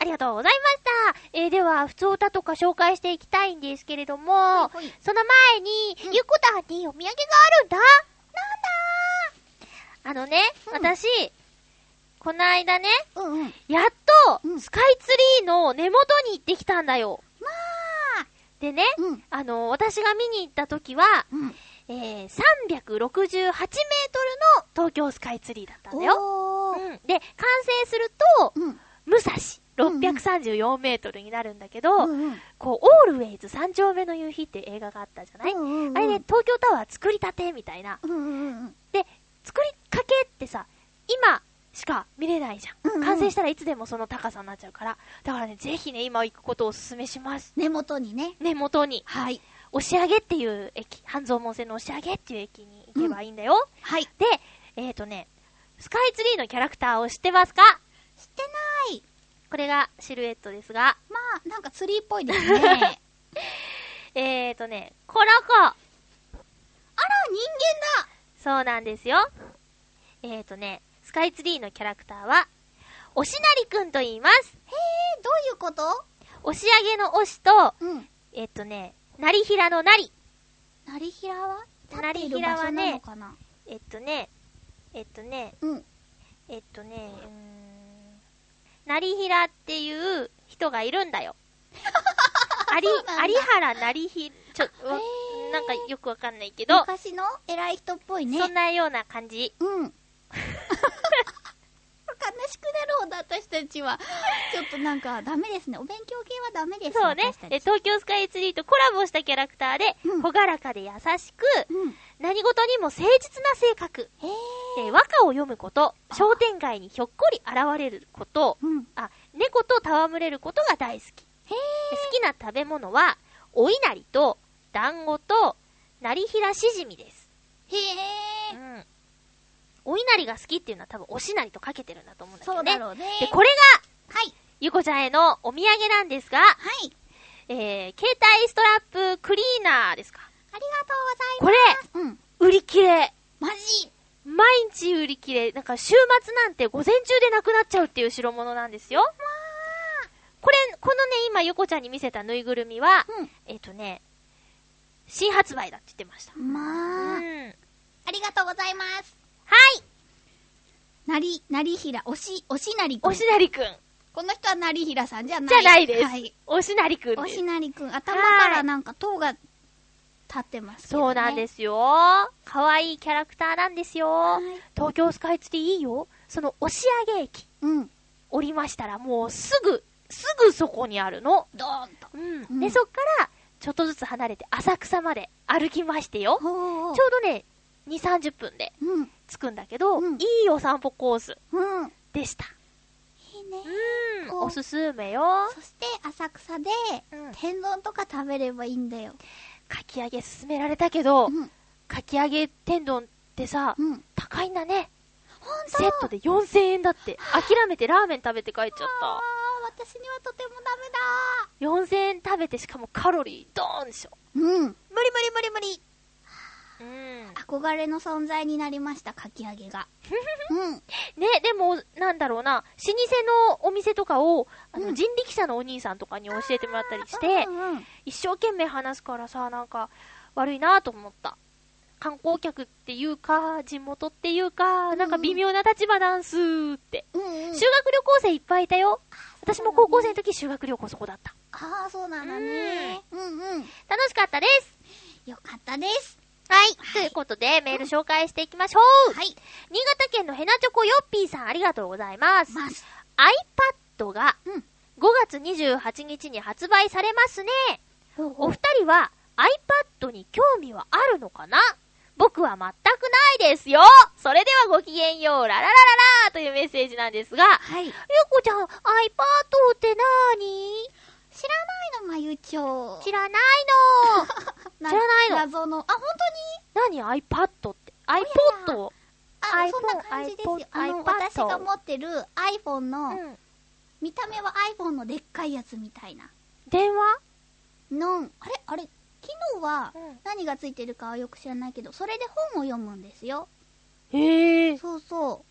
ありがとうございました。えー、では、普通歌とか紹介していきたいんですけれども、 はいはい、 その前に、うん、ゆこたんにお土産があるんだ。なんだー。あのね、うん、私、この間ね、うんうん、やっと、うん、スカイツリーの根元に行ってきたんだよ。まあ。でね、うん、あの、私が見に行った時は、うん、えー、さんびゃくろくじゅうはちメートルの東京スカイツリーだったんだよ。うん、で、完成すると、うん、武蔵ろっぴゃくさんじゅうよんメートルになるんだけど、うんうん、こう、オールウェイズ三丁目の夕日っていう映画があったじゃない、うんうんうん、あれで東京タワー作りたてみたいな、うんうんうん。で、作りかけってさ、今しか見れないじゃん、うんうん。完成したらいつでもその高さになっちゃうから。だからね、ぜひね、今行くことをお勧めします。 根元にね。 根元に。はい。押上っていう駅、半蔵門線の押上っていう駅に行けばいいんだよ。うん、はい。で、えーとね、スカイツリーのキャラクターを知ってますか？ 知ってない。 これがシルエットですが。 まあ、なんかツリーっぽいですね。 えーとね、コロコ。あら、 人間だ。 そうなんですよ。えーとね、スカイツリーのキャラクターは、おしなりくんと言います。 へー、どういうこと？ 押上の押しと、うん、えーとね、なりひらのなり。 なりひらは立っている場所なのかな？ えっとね、えっとね、うん、えっとね、うーん、なりひらっていう人がいるんだよ。あり、有原なりひ、ちょ、なんかよくわかんないけど。 昔の偉い人っぽいね。 そんなような感じ。うん。 悲しくなるほど私たちはちょっとなんかダメですね。お勉強系はダメですね。 そうね。え東京スカイツリーとコラボしたキャラクターで、うん、朗らかで優しく、うん、何事にも誠実な性格、へえ和歌を読むこと、商店街にひょっこり現れること、うん、あ猫と戯れることが大好き。へ好きな食べ物はお稲荷と団子となりひらしじみです。へえ。うん。お稲荷が好きっていうのは多分おしなりとかけてるんだと思うんだけどね。 そうだろうね。 で、これが、はい。ゆこちゃんへのお土産なんですが、はい。えー、携帯ストラップクリーナーですか。 ありがとうございます。 これ、うん。売り切れ。 マジ？ 毎日売り切れ。なんか週末なんて午前中でなくなっちゃうっていう代物なんですよ。まあ。これ、このね、今ゆこちゃんに見せたぬいぐるみは、うん、えっとね、新発売だって言ってました。 まあ。うん。ありがとうございます。 はい。 なり、なりひら、おし、おしなりくん。 おしなりくん。 この人はなりひらさんじゃない。 じゃないです。はい。おしなりくんです。 おしなりくん。頭からなんか塔が立ってますけどね。 そうなんですよ。かわいいキャラクターなんですよ。はい、東京スカイツリーいいよ。その押上駅。うん。降りましたらもうすぐ、すぐそこにあるの。 ドーンと。 うん。うん、で、そっから、ちょっとずつ離れて浅草まで歩きましてよ。ほう。ちょうどね、に、さんじゅっぷんで着くんだけど、うん、いいお散歩コースでした。 いいね。 うん。おすすめよ。 そして浅草で、うん、天丼とか食べればいいんだよ。 かき揚げ勧められたけど、うん、かき揚げ天丼ってさ、うん、高いんだね。 ほんと？ セットでよんせんえんだって。諦めてラーメン食べて帰っちゃった。 あー、私にはとてもダメだ。 よんせんえん食べてしかもカロリードーンでしょ。 うん。無理無理無理無理。 うん、 憧れの存在になりました、かき揚げが。うん。 ね、でも、なんだろうな、老舗のお店とかを、あの、うん、人力車のお兄さんとかに教えてもらったりして、うんうん、一生懸命話すからさ、なんか、悪いなと思った。観光客っていうか、地元っていうか、うん、なんか微妙な立場なんすーって、うんうん。修学旅行生いっぱいいたよ。私も高校生の時修学旅行そこだった。 ああ、そうなんだね。うん、うんうん。 楽しかったです。 よかったです。 はい、はい。ということで、メール紹介していきましょう。はい。新潟県のヘナチョコヨッピーさん、ありがとうございます。ます iPad がごがつにじゅうはちにちに発売されますね。うん、お二人は iPad に興味はあるのかな？僕は全くないですよ。それではごきげんよう、ラララララというメッセージなんですが、はい。ゆこちゃん、iPad ってなーに？ 知らないの、まゆちょ。 知らないの。知らないの。 謎の。あ、本当に？何 iPad って。iPod？ あ、そんな感じですよ。あの、私が持ってる iPhone の、うん、見た目は iPhone のでっかいやつみたいな。 電話の、あれあれ機能は何がついてるかはよく知らないけど、それで本を読むんですよ。 へー。 そうそう。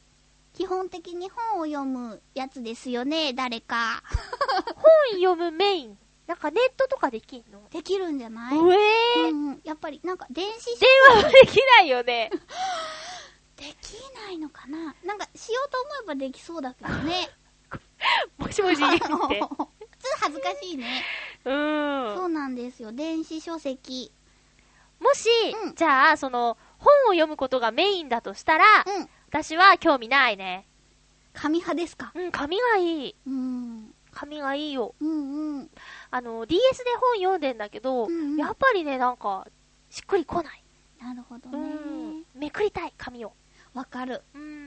基本的に本を読むやつですよね、誰か。 本読むメイン。なんかネットとかできんの？ できるんじゃない？ うえー、 うん、やっぱりなんか電子書籍。 電話はできないよね。 できないのかな？なんかしようと思えばできそうだけどね。 もしもしって。 普通恥ずかしいね。 うん。 そうなんですよ。電子書籍。 もし、 うん、 じゃあ、その、本を読むことがメインだとしたら、 うん、 私は興味ないね。 紙派ですか？ うん、紙がいい。 うん。 紙がいいよ。 うんうん。 あの、ディーエス で本読んでんだけど、 うんうん、 やっぱりね、なんか、しっくりこない。 なるほどね。 うん。めくりたい、紙を。 わかる。 うん。 うん。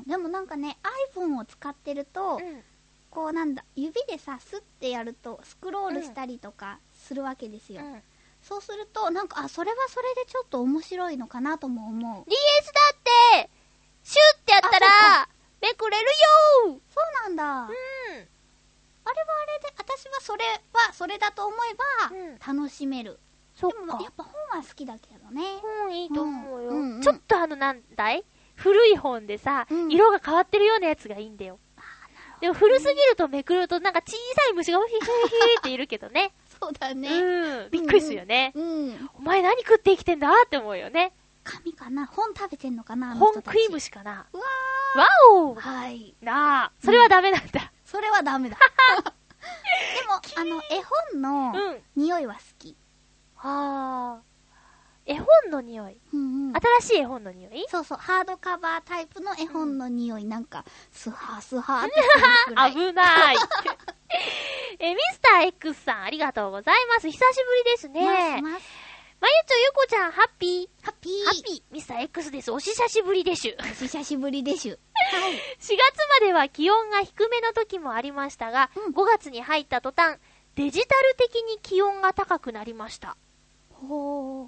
でもなんかね、iPhone を使ってると、 うん、 こうなんだ、指でさ、スッてやると、スクロールしたりとかするわけですよ。うん、そうすると、なんか、あ、それはそれでちょっと面白いのかなとも思う。 ディーエス だって、シュッてやったら、めくれるよー。 そうなんだ。うん。あれはあれで、私はそれはそれだと思えば、楽しめる。 そっか。でもやっぱ本は好きだけどね。 本いいと思うよ。 うんうん、 ちょっとあのなんだい古い本でさ、うん、色が変わってるようなやつがいいんだよ。でも古すぎるとめくるとなんか小さい虫がヒヒヒっているけどね。 そうだね。 うん。びっくりするよね。 うん、うん。 お前何食って生きてんだって思うよね。 紙かな？本食べてんのかな？ 本食い虫かな？ うわー。わおー。 はい。 なあ、それはダメなんだ。うん、 それはダメだ。でも、あの、絵本の匂いは好き。うん、 はあ。絵本の匂い、 うんうん、 新しい絵本の匂い？ そうそう、ハードカバータイプの絵本の匂い、うん、なんか、スハースハーってするくらい。 危ない。え、ミスター X さん、ありがとうございます。久しぶりですね。 ますます。 まゆちょゆこちゃん、ハッピーハッピーハッピーミスター X です。お久しぶりでしゅ。 お久しぶりでしゅ。 はい。しがつまでは気温が低めの時もありましたが、うん、ごがつに入った途端、デジタル的に気温が高くなりました。 ほー。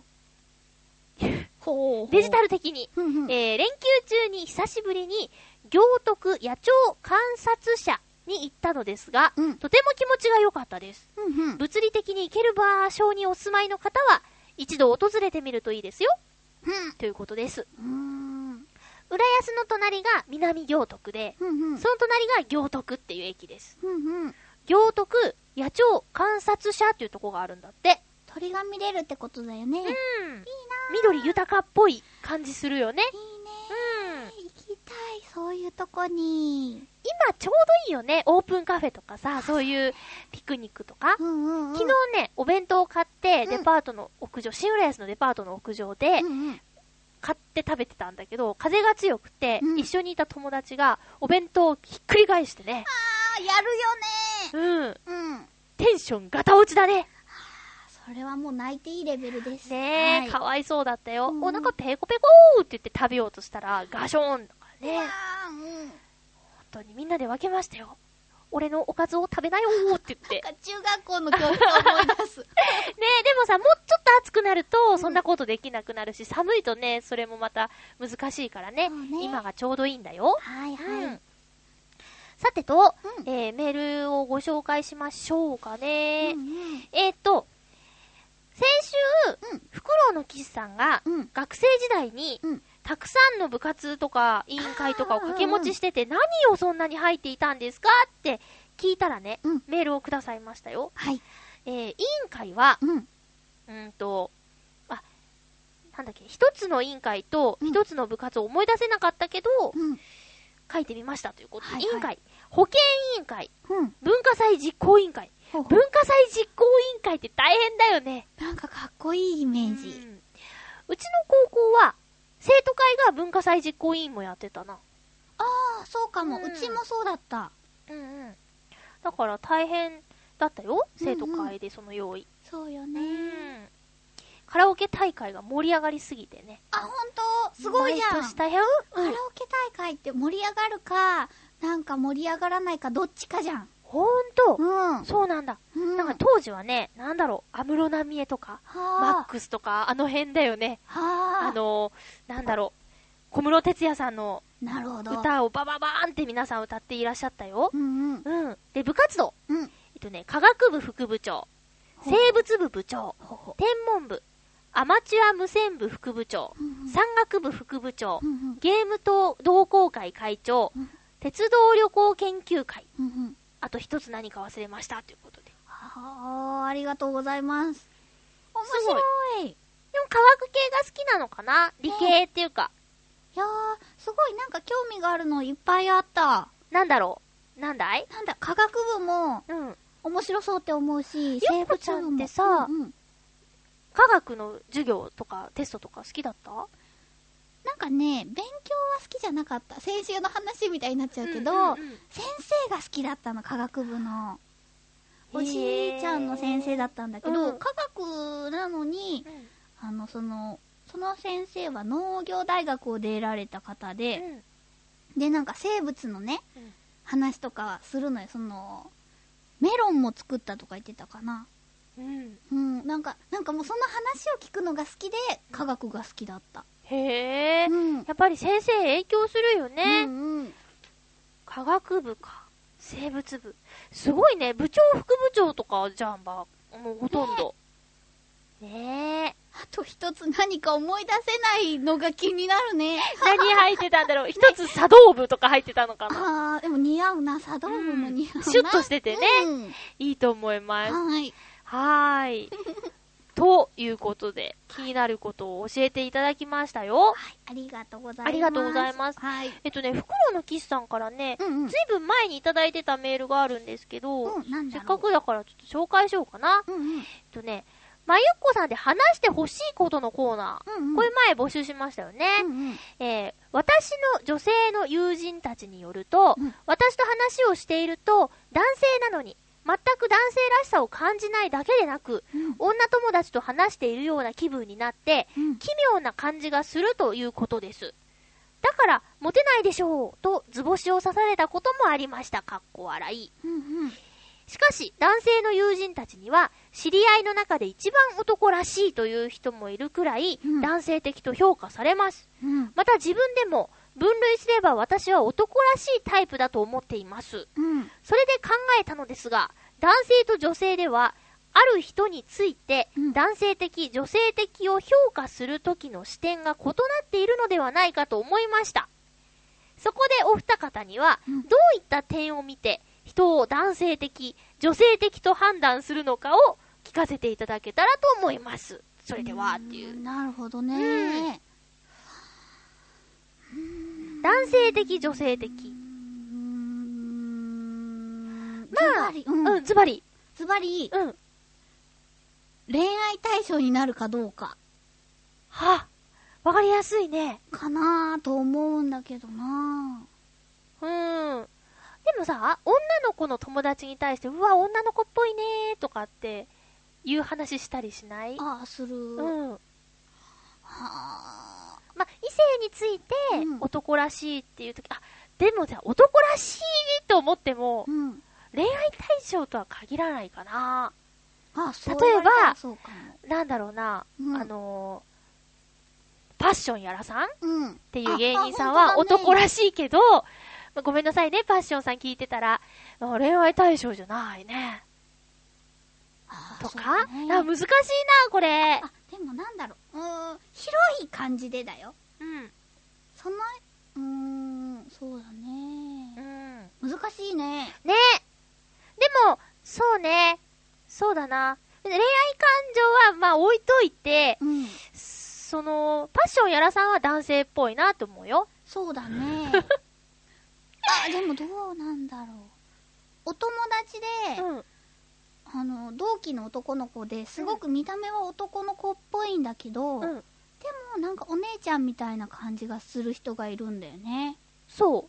ほうデジタル的に、 うんうん、 えー、連休中に久しぶりに行徳野鳥観察者に行ったのですが、うん、とても気持ちが良かったです、 うんうん、 物理的に行ける場所にお住まいの方は一度訪れてみるといいですよ、 うん、 ということです。 うーん浦安の隣が南行徳で、 うんうん、 その隣が行徳っていう駅です、 うんうん、 行徳野鳥観察者っていうとこがあるんだって。 鳥が見れるってことだよね。うん。いいな緑豊かっぽい感じするよね。 いいね。うん。行きたい、そういうとこに。 今ちょうどいいよね。オープンカフェとかさ、そういうピクニックとか。 うんうんうん、 昨日ね、お弁当を買って、デパートの屋上、うん、新浦安のデパートの屋上で、 うんうん、 買って食べてたんだけど、風が強くて、 うん、 一緒にいた友達がお弁当をひっくり返してね。 あー、やるよね。 うん。 うん。 テンションガタ落ちだね。 それはもう泣いていいレベルです。 ねえ、はい、かわいそうだったよ。うん、お腹ペコペコーって言って食べようとしたら、ガショーンとかね。 うん、本当にみんなで分けましたよ。俺のおかずを食べなよーって言って。 なんか中学校の教室思い出す。ねえ、でもさ、もうちょっと暑くなると、そんなことできなくなるし、うん、寒いとね、それもまた難しいからね。ね今がちょうどいいんだよ。 はいはい。うん、 さてと、 うん、 えー、メールをご紹介しましょうかね。 うんうん、 えーっと、先週、 うん、 フクロウのキスさんが、うん、学生時代に、 うん、 たくさんの部活とか委員会とかを掛け持ちしてて、何をそんなに入っていたんですかって聞いたらね、 うん、 メールをくださいましたよ。 はい。 えー、委員会は、 うん、 うんと、あ、なんだっけ、一つの委員会と一つの部活を思い出せなかったけど、 うん、 書いてみましたということで、 はいはい、 委員会、保健委員会、 うん、 文化祭実行委員会、 ほうほう文化祭実行委員会って大変だよね。 なんかかっこいいイメージ。 うん、うちの高校は生徒会が文化祭実行委員もやってたな。 ああ、そうかも、うん。うちもそうだった。 うんうん。だから大変だったよ。生徒会でその用意。 うんうん、そうよね、 うん。カラオケ大会が盛り上がりすぎてね。 あ、ほんとすごいじゃん。 毎年大変、うん、 カラオケ大会って盛り上がるか、なんか盛り上がらないかどっちかじゃん。 ほんと、 うん、 そうなんだ、うん、なんか当時はね、なんだろう、安室奈美恵とか、マックスとか、あの辺だよね。 はあのー、なんだろう、小室哲哉さんの歌をバババーンって皆さん歌っていらっしゃったよ。 うんうん。 うん。で、部活動。 うん。 えっとね、科学部副部長、生物部部長、天文部、アマチュア無線部副部長、 山岳部副部長、 うんうん、 ゲームと同好会会長、うん、鉄道旅行研究会、うんうん、あと一つ何か忘れましたということで。 はあ、ありがとうございます。面白い。 でも科学系が好きなのかな、理系っていうか。 いやー、すごいなんか興味があるのいっぱいあった。 なんだろうなんだいなんだ、科学部も、うん、面白そうって思うし、 生物部もってさ、うんうん、科学の授業とかテストとか好きだった？ なんかね、勉強は好きじゃなかった。先週の話みたいになっちゃうけど、うんうんうん、先生が好きだったの、科学部の。おじいちゃんの先生だったんだけど、うん、科学なのに、うん、あの、その、その先生は農業大学を出られた方で、うん、で、なんか生物のね、うん、話とかするのよ。その、メロンも作ったとか言ってたかな。うん。うん。なんか、なんかもうその話を聞くのが好きで、科学が好きだった。 へー。うん、やっぱり先生影響するよね。うんうん。科学部か。生物部。すごいね。部長、副部長とかじゃんば。もうほとんど。ねえ。ねえ。 あと一つ何か思い出せないのが気になるね。 何入ってたんだろう。一つ茶道部とか入ってたのかな。あー、でも似合うな。茶道部も似合うな。 うん、シュッとしててね、うん。いいと思います。はい。はーい。ということで、気になることを教えていただきましたよ。はい。 ありがとうございます。 ありがとうございます。はい。えっとね、フクロウのキスさんからね、うんうん、ずいぶん前にいただいてたメールがあるんですけど、うん、なんだろう、せっかくだからちょっと紹介しようかな。うんうん、えっとね、まゆっこさんで話してほしいことのコーナー。うんうん、これ前募集しましたよね。うんうん、えー、私の女性の友人たちによると、うん、私と話をしていると、男性なのに、全く男性らしさを感じないだけでなく、うん、女友達と話しているような気分になって、うん、奇妙な感じがするということです。だから、モテないでしょう、と図星を刺されたこともありました。かっこ笑い。うんうん、しかし、男性の友人たちには、知り合いの中で一番男らしいという人もいるくらい、うん、男性的と評価されます。うん、また自分でも、分類すれば私は男らしいタイプだと思っています。うん、それで考えたのですが、男性と女性では、ある人について、男性的、女性的を評価するときの視点が異なっているのではないかと思いました。そこでお二方には、どういった点を見て、人を男性的、女性的と判断するのかを聞かせていただけたらと思います。それでは、っていう。 なるほどね。 うん、男性的、女性的。まあ、ズバリ、うん、うん、ズバリ。 ズバリ、うん。恋愛対象になるかどうか。 は、わかりやすいね。 かなぁと思うんだけどなぁ。うん。でもさ、女の子の友達に対して、うわ、女の子っぽいねーとかっていう話したりしない？ ああ、する。うん。はあ。ま、異性について男らしいっていうとき、うん、あ、でもじゃあ男らしいと思っても、うん、恋愛対象とは限らないかな。 ああ、そう。 例えば、そうかも。なんだろうな、うん、あのー、パッションやらさん、うん、っていう芸人さんは男らしいけど、まあ、ごめんなさいね、パッションさん聞いてたら、恋愛対象じゃないね。とか、ね、あ、難しいな、これ。 あ、でもなんだろう。うーん、広い感じでだよ。うん。その、うーん、そうだね。うん。難しいね。 ね。でも、そうね。そうだな。恋愛感情は、まあ置いといて、うん、その、パッションやらさんは男性っぽいなと思うよ。 そうだね。あ、でもどうなんだろう。お友達で、うん、あの、同期の男の子ですごく見た目は男の子っぽいんだけど、うん、でもなんかお姉ちゃんみたいな感じがする人がいるんだよね。 そう。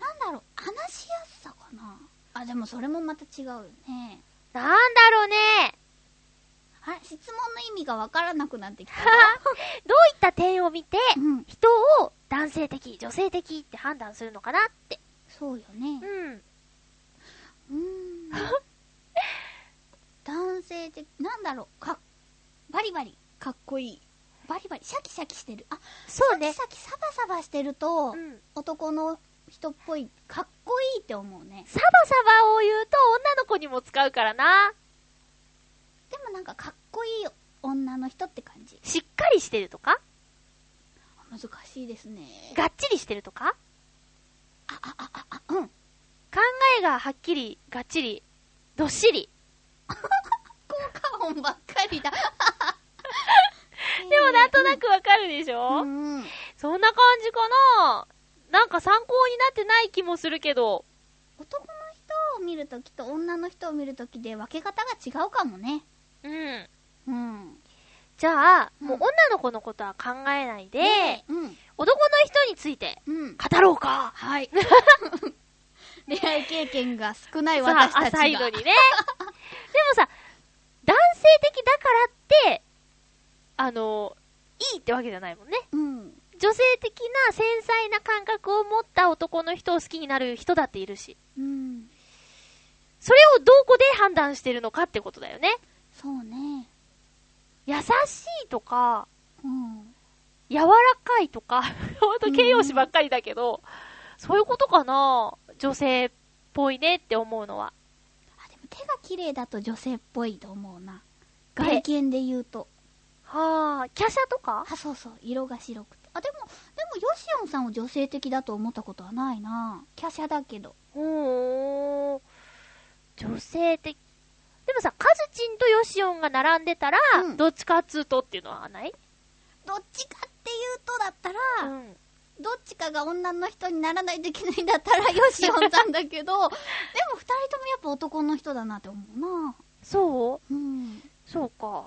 なんだろう、話しやすさかな。あ、でもそれもまた違うよね。 なんだろうね。 あ、質問の意味がわからなくなってきた。 どういった点を見て、うん、人を男性的、女性的って判断するのかなって。 そうよね。うん。うーん。男性的、なんだろう、か、バリバリ、かっこいい。バリバリ、シャキシャキしてる。あ、そうね。シャキシャキサバサバしてると、うん、男の人っぽい、かっこいいって思うね。 サバサバを言うと女の子にも使うからな。 でもなんかかっこいい女の人って感じ。 しっかりしてるとか？ 難しいですね。 がっちりしてるとか、 あ、あ、あ、あ、あ、うん。 考えがはっきり、がっちり、どっしり。 効果音ばっかりだ。 でもなんとなくわかるでしょ、 うんうん、 そんな感じかな。なんか参考になってない気もするけど。 男の人を見るときと女の人を見るときで分け方が違うかもね。 うん。 うん。 じゃあ、 うん、 もう女の子のことは考えないで、でうん、 男の人について語ろうか。 うん、はい。恋愛経験が少ない私たちが。 サイドにね。でもさ、男性的だからって、あの、いいってわけじゃないもんね。 うん。 女性的な繊細な感覚を持った男の人を好きになる人だっているし。 うん。 それをどこで判断してるのかってことだよね。 そうね。 優しいとか、 うん。 柔らかいとか、ほんと形容詞ばっかりだけど、うん、そういうことかな。女性っぽいねって思うのは。 あ、でも手が綺麗だと女性っぽいと思うな。外見で言うと。 はぁ、華奢とか？ あ、そうそう、色が白くて。あ、でも、でもヨシオンさんを女性的だと思ったことはないな。華奢だけど。 ほー、女性的。でもさ、カズチンとヨシオンが並んでたら、うん、どっちかっつーとっていうのはない？ どっちかっていうとだったら、うん、どっちかが女の人にならないといけないんだったらヨシオンさんだけど、でも二人ともやっぱ男の人だなって思うな。 そう？ うん。 そうか。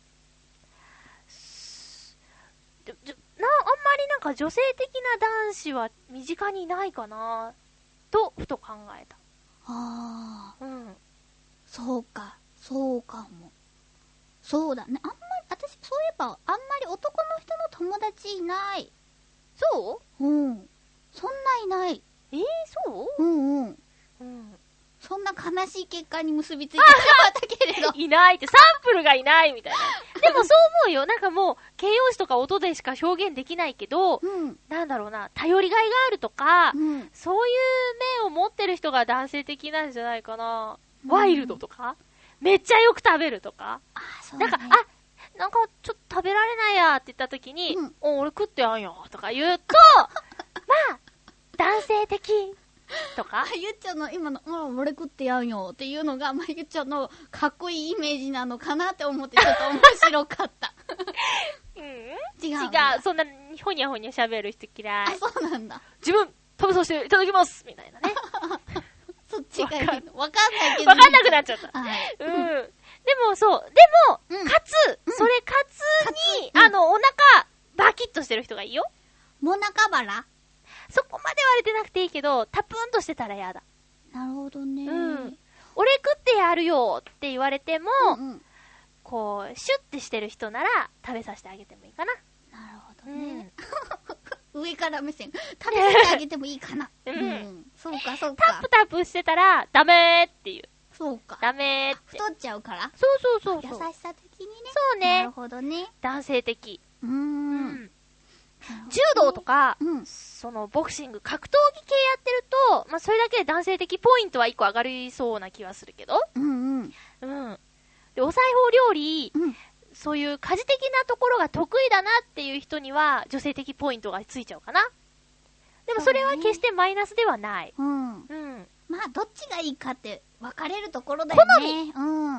でじゃな、あんまりなんか女性的な男子は身近にいないかなとふと考えた。 ああ、 うん。 そうか、そうかも。そうだね。あんまり私そういえばあんまり男の人の友達いない。 そう？ うん。そんないない。 えー、そう？ うんうん。 うん。 そんな悲しい結果に結びついてしまったけれど。 いないって、サンプルがいないみたいな。でもそう思うよ。なんかもう、形容詞とか音でしか表現できないけど、うん、なんだろうな、頼りがいがあるとか、うん、そういう面を持ってる人が男性的なんじゃないかな。うん、ワイルドとか、めっちゃよく食べるとか。 あ、そうね。 なんか、あ、なんかちょっと食べられないやって言った時に、うん、お、俺食ってやんよとか言うと、まあ、男性的。とかゆっちゃんの今の、まあ、俺食ってやんよっていうのが、まあ、ゆっちゃんのかっこいいイメージなのかなって思ってちょっと面白かった。 うん、 違う。 違う。そんな、ほにゃほにゃ喋る人嫌い。 あ、そうなんだ。 自分、食べさせていただきますみたいなね。 そっちがいいの。わかんないけど。 わかんなくなっちゃった。 はい。 うん。でも、そう。でも、 うん、 かつ、うん、それかつに、うん、あの、お腹、バキッとしてる人がいいよ。 もなかばら？ そこまで割れてなくていいけど、タプンとしてたらやだ。 なるほどね。 うん。俺食ってやるよって言われても、うんうん、こう、シュッてしてる人なら食べさせてあげてもいいかな。 なるほどね。うん、上から目線。食べさせてあげてもいいかな。うん。うん、そうか、そうか。 タプタプしてたら、ダメーっていう。 そうか。 ダメーって。 太っちゃうからそうそうそうそう。 優しさ的にね。 そうね。 なるほどね。 男性的。 うーん。うん柔道とか、 うん、そのボクシング、格闘技系やってると、まあ、それだけで男性的ポイントはいっこ上がりそうな気はするけど。 うんうん。 うん。で、お裁縫料理、うん、そういう家事的なところが得意だなっていう人には、女性的ポイントがついちゃうかな。でもそれは決してマイナスではない。 うん。 うん。 まあ、どっちがいいかって分かれるところだよね。 好み。 うん。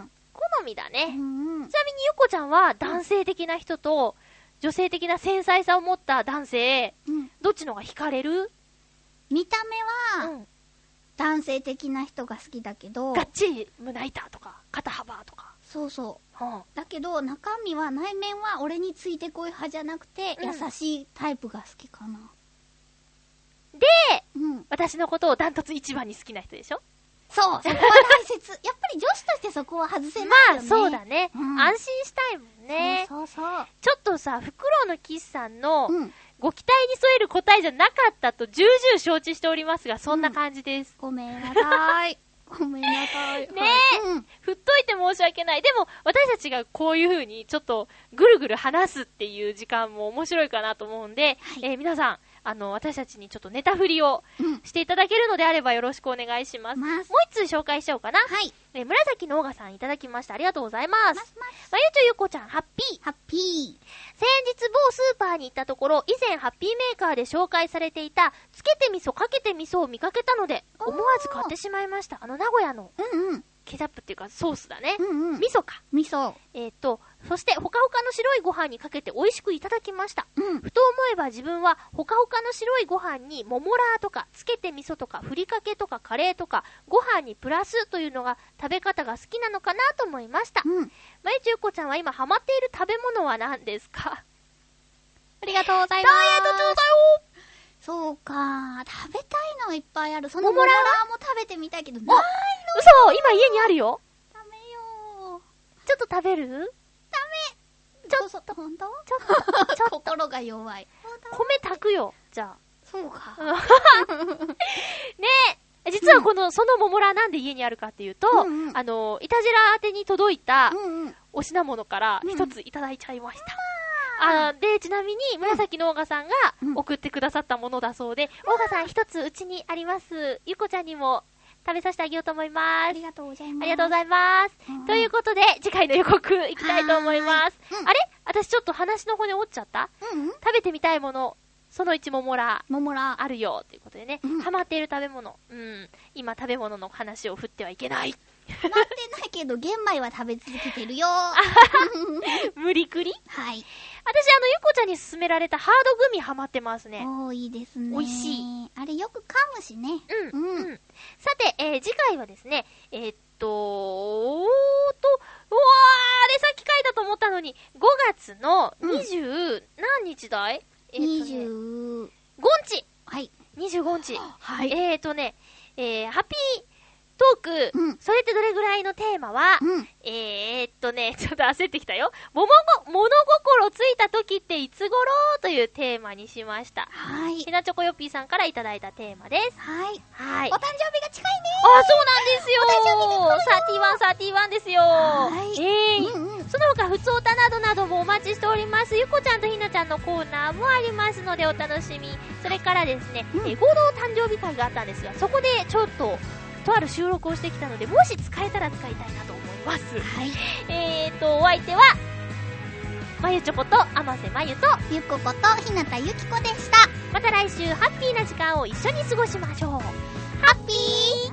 好みだね。 うんうん、 ちなみにゆこちゃんは男性的な人と、女性的な繊細さを持った男性、うん、どっちのが惹かれる？ 見た目は、うん、男性的な人が好きだけど、 がっちり胸板とか肩幅とか。 そうそう、 はあ、 だけど中身は内面は俺についてこい派じゃなくて、うん、優しいタイプが好きかな。 で、 うん、 私のことをダントツ一番に好きな人でしょ？ そう、そこは大切。やっぱり女子としてそこは外せないよね。 まあそうだね、うん、安心したいもんね。 そうそうそう。 ちょっとさ、フクロウのキスさんの、うん、ご期待に添える答えじゃなかったと重々承知しておりますが、そんな感じです。 うん、ごめんなさい。ごめんなさい。 ねえ、うん、振っといて申し訳ない。でも、私たちがこういう風にちょっとぐるぐる話すっていう時間も面白いかなと思うんで、はい、えー、皆さん、 あの、私たちにちょっとネタ振りをしていただけるのであればよろしくお願いします。 ますもう一つ紹介しようかな。 はい。 えー、紫のオーガさんいただきました。ありがとうございます。 ますますまゆちょゆこちゃん、ハッピー。 ハッピー。 先日某スーパーに行ったところ、以前ハッピーメーカーで紹介されていた、つけて味噌かけて味噌を見かけたので、思わず買ってしまいました。あの、名古屋のうんうん。 ケチャップっていうかソースだね。 うんうん。 味噌か。 味噌。 えっと、そしてほかほかの白いご飯にかけて美味しくいただきました。 うん。 ふと思えば自分はほかほかの白いご飯に桃ラーとかつけて味噌とかふりかけとかカレーとかご飯にプラスというのが食べ方が好きなのかなと思いました。 うん。 まゆちゆこちゃんは今ハマっている食べ物は何ですか？ ありがとうございます。 ダイエット中だよ。 そうかー、食べたいのいっぱいある。その桃ラーも食べてみたいけど、ないの。 嘘、今家にあるよ。 ダメよー。 ちょっと食べる？ ダメ。 ちょっと、ほんと？ ちょっと、ちょっと。 心が弱い。 米炊くよ、じゃあ。 そうか。 ねえ、実はこの、うん、その桃ラーなんで家にあるかっていうと、うんうん、あの、いたじら宛てに届いた、お品物から一ついただいちゃいました。うんうん、あで、ちなみに、紫のオーガさんが送ってくださったものだそうで、うん、オーガさん一つうちにあります。ゆこちゃんにも食べさせてあげようと思います。 ありがとうございます。 ありがとうございます。うんうん、ということで、次回の予告いきたいと思います。うん、あれ？私ちょっと話の骨折っちゃった、うんうん、食べてみたいもの、そのいち桃ラー。 桃ラー。 あるよ。ということでね、うん、ハマっている食べ物。うん。今食べ物の話を振ってはいけない。 ハマってないけど、玄米は食べ続けてるよ。 無理くり？ はい。 私、あの、ゆこちゃんに勧められたハードグミハマってますね。 おー、いいですね。 美味しい。 あれよく噛むしね。 うん。うん。うん、さて、えー、次回はですね、えー、っと、おーと、うわー、あれさっき書いたと思ったのに、ごがつのにじゅう、何日だい？えー、ね、 にじゅうごにち。 はい。 にじゅうごにち。 はい。 えーとね、えー、ハッピートーク、うん、それってどれぐらいのテーマは、うん、えーっとね、ちょっと焦ってきたよ。ももご、物心ついた時っていつ頃というテーマにしました。 はい。 ひなちょこよっぴーさんからいただいたテーマです。 はい。 はい。 お誕生日が近いねー。あ、そうなんですよー。お誕生日が近いよー。さんじゅういち、さんじゅういちですよー。 はい。 えー。 うんうん、 その他、ふつおたなどなどもお待ちしております。ゆこちゃんとひなちゃんのコーナーもありますのでお楽しみ。それからですね、うん、えー、合同誕生日会があったんですが、そこでちょっと、とある収録をしてきたので、もし使えたら使いたいなと思います。 はい。 えーと、お相手は、まゆちょこと、あませまゆと、 ゆここと、ひなたゆきこでした。 また来週、ハッピーな時間を一緒に過ごしましょう。 ハッピー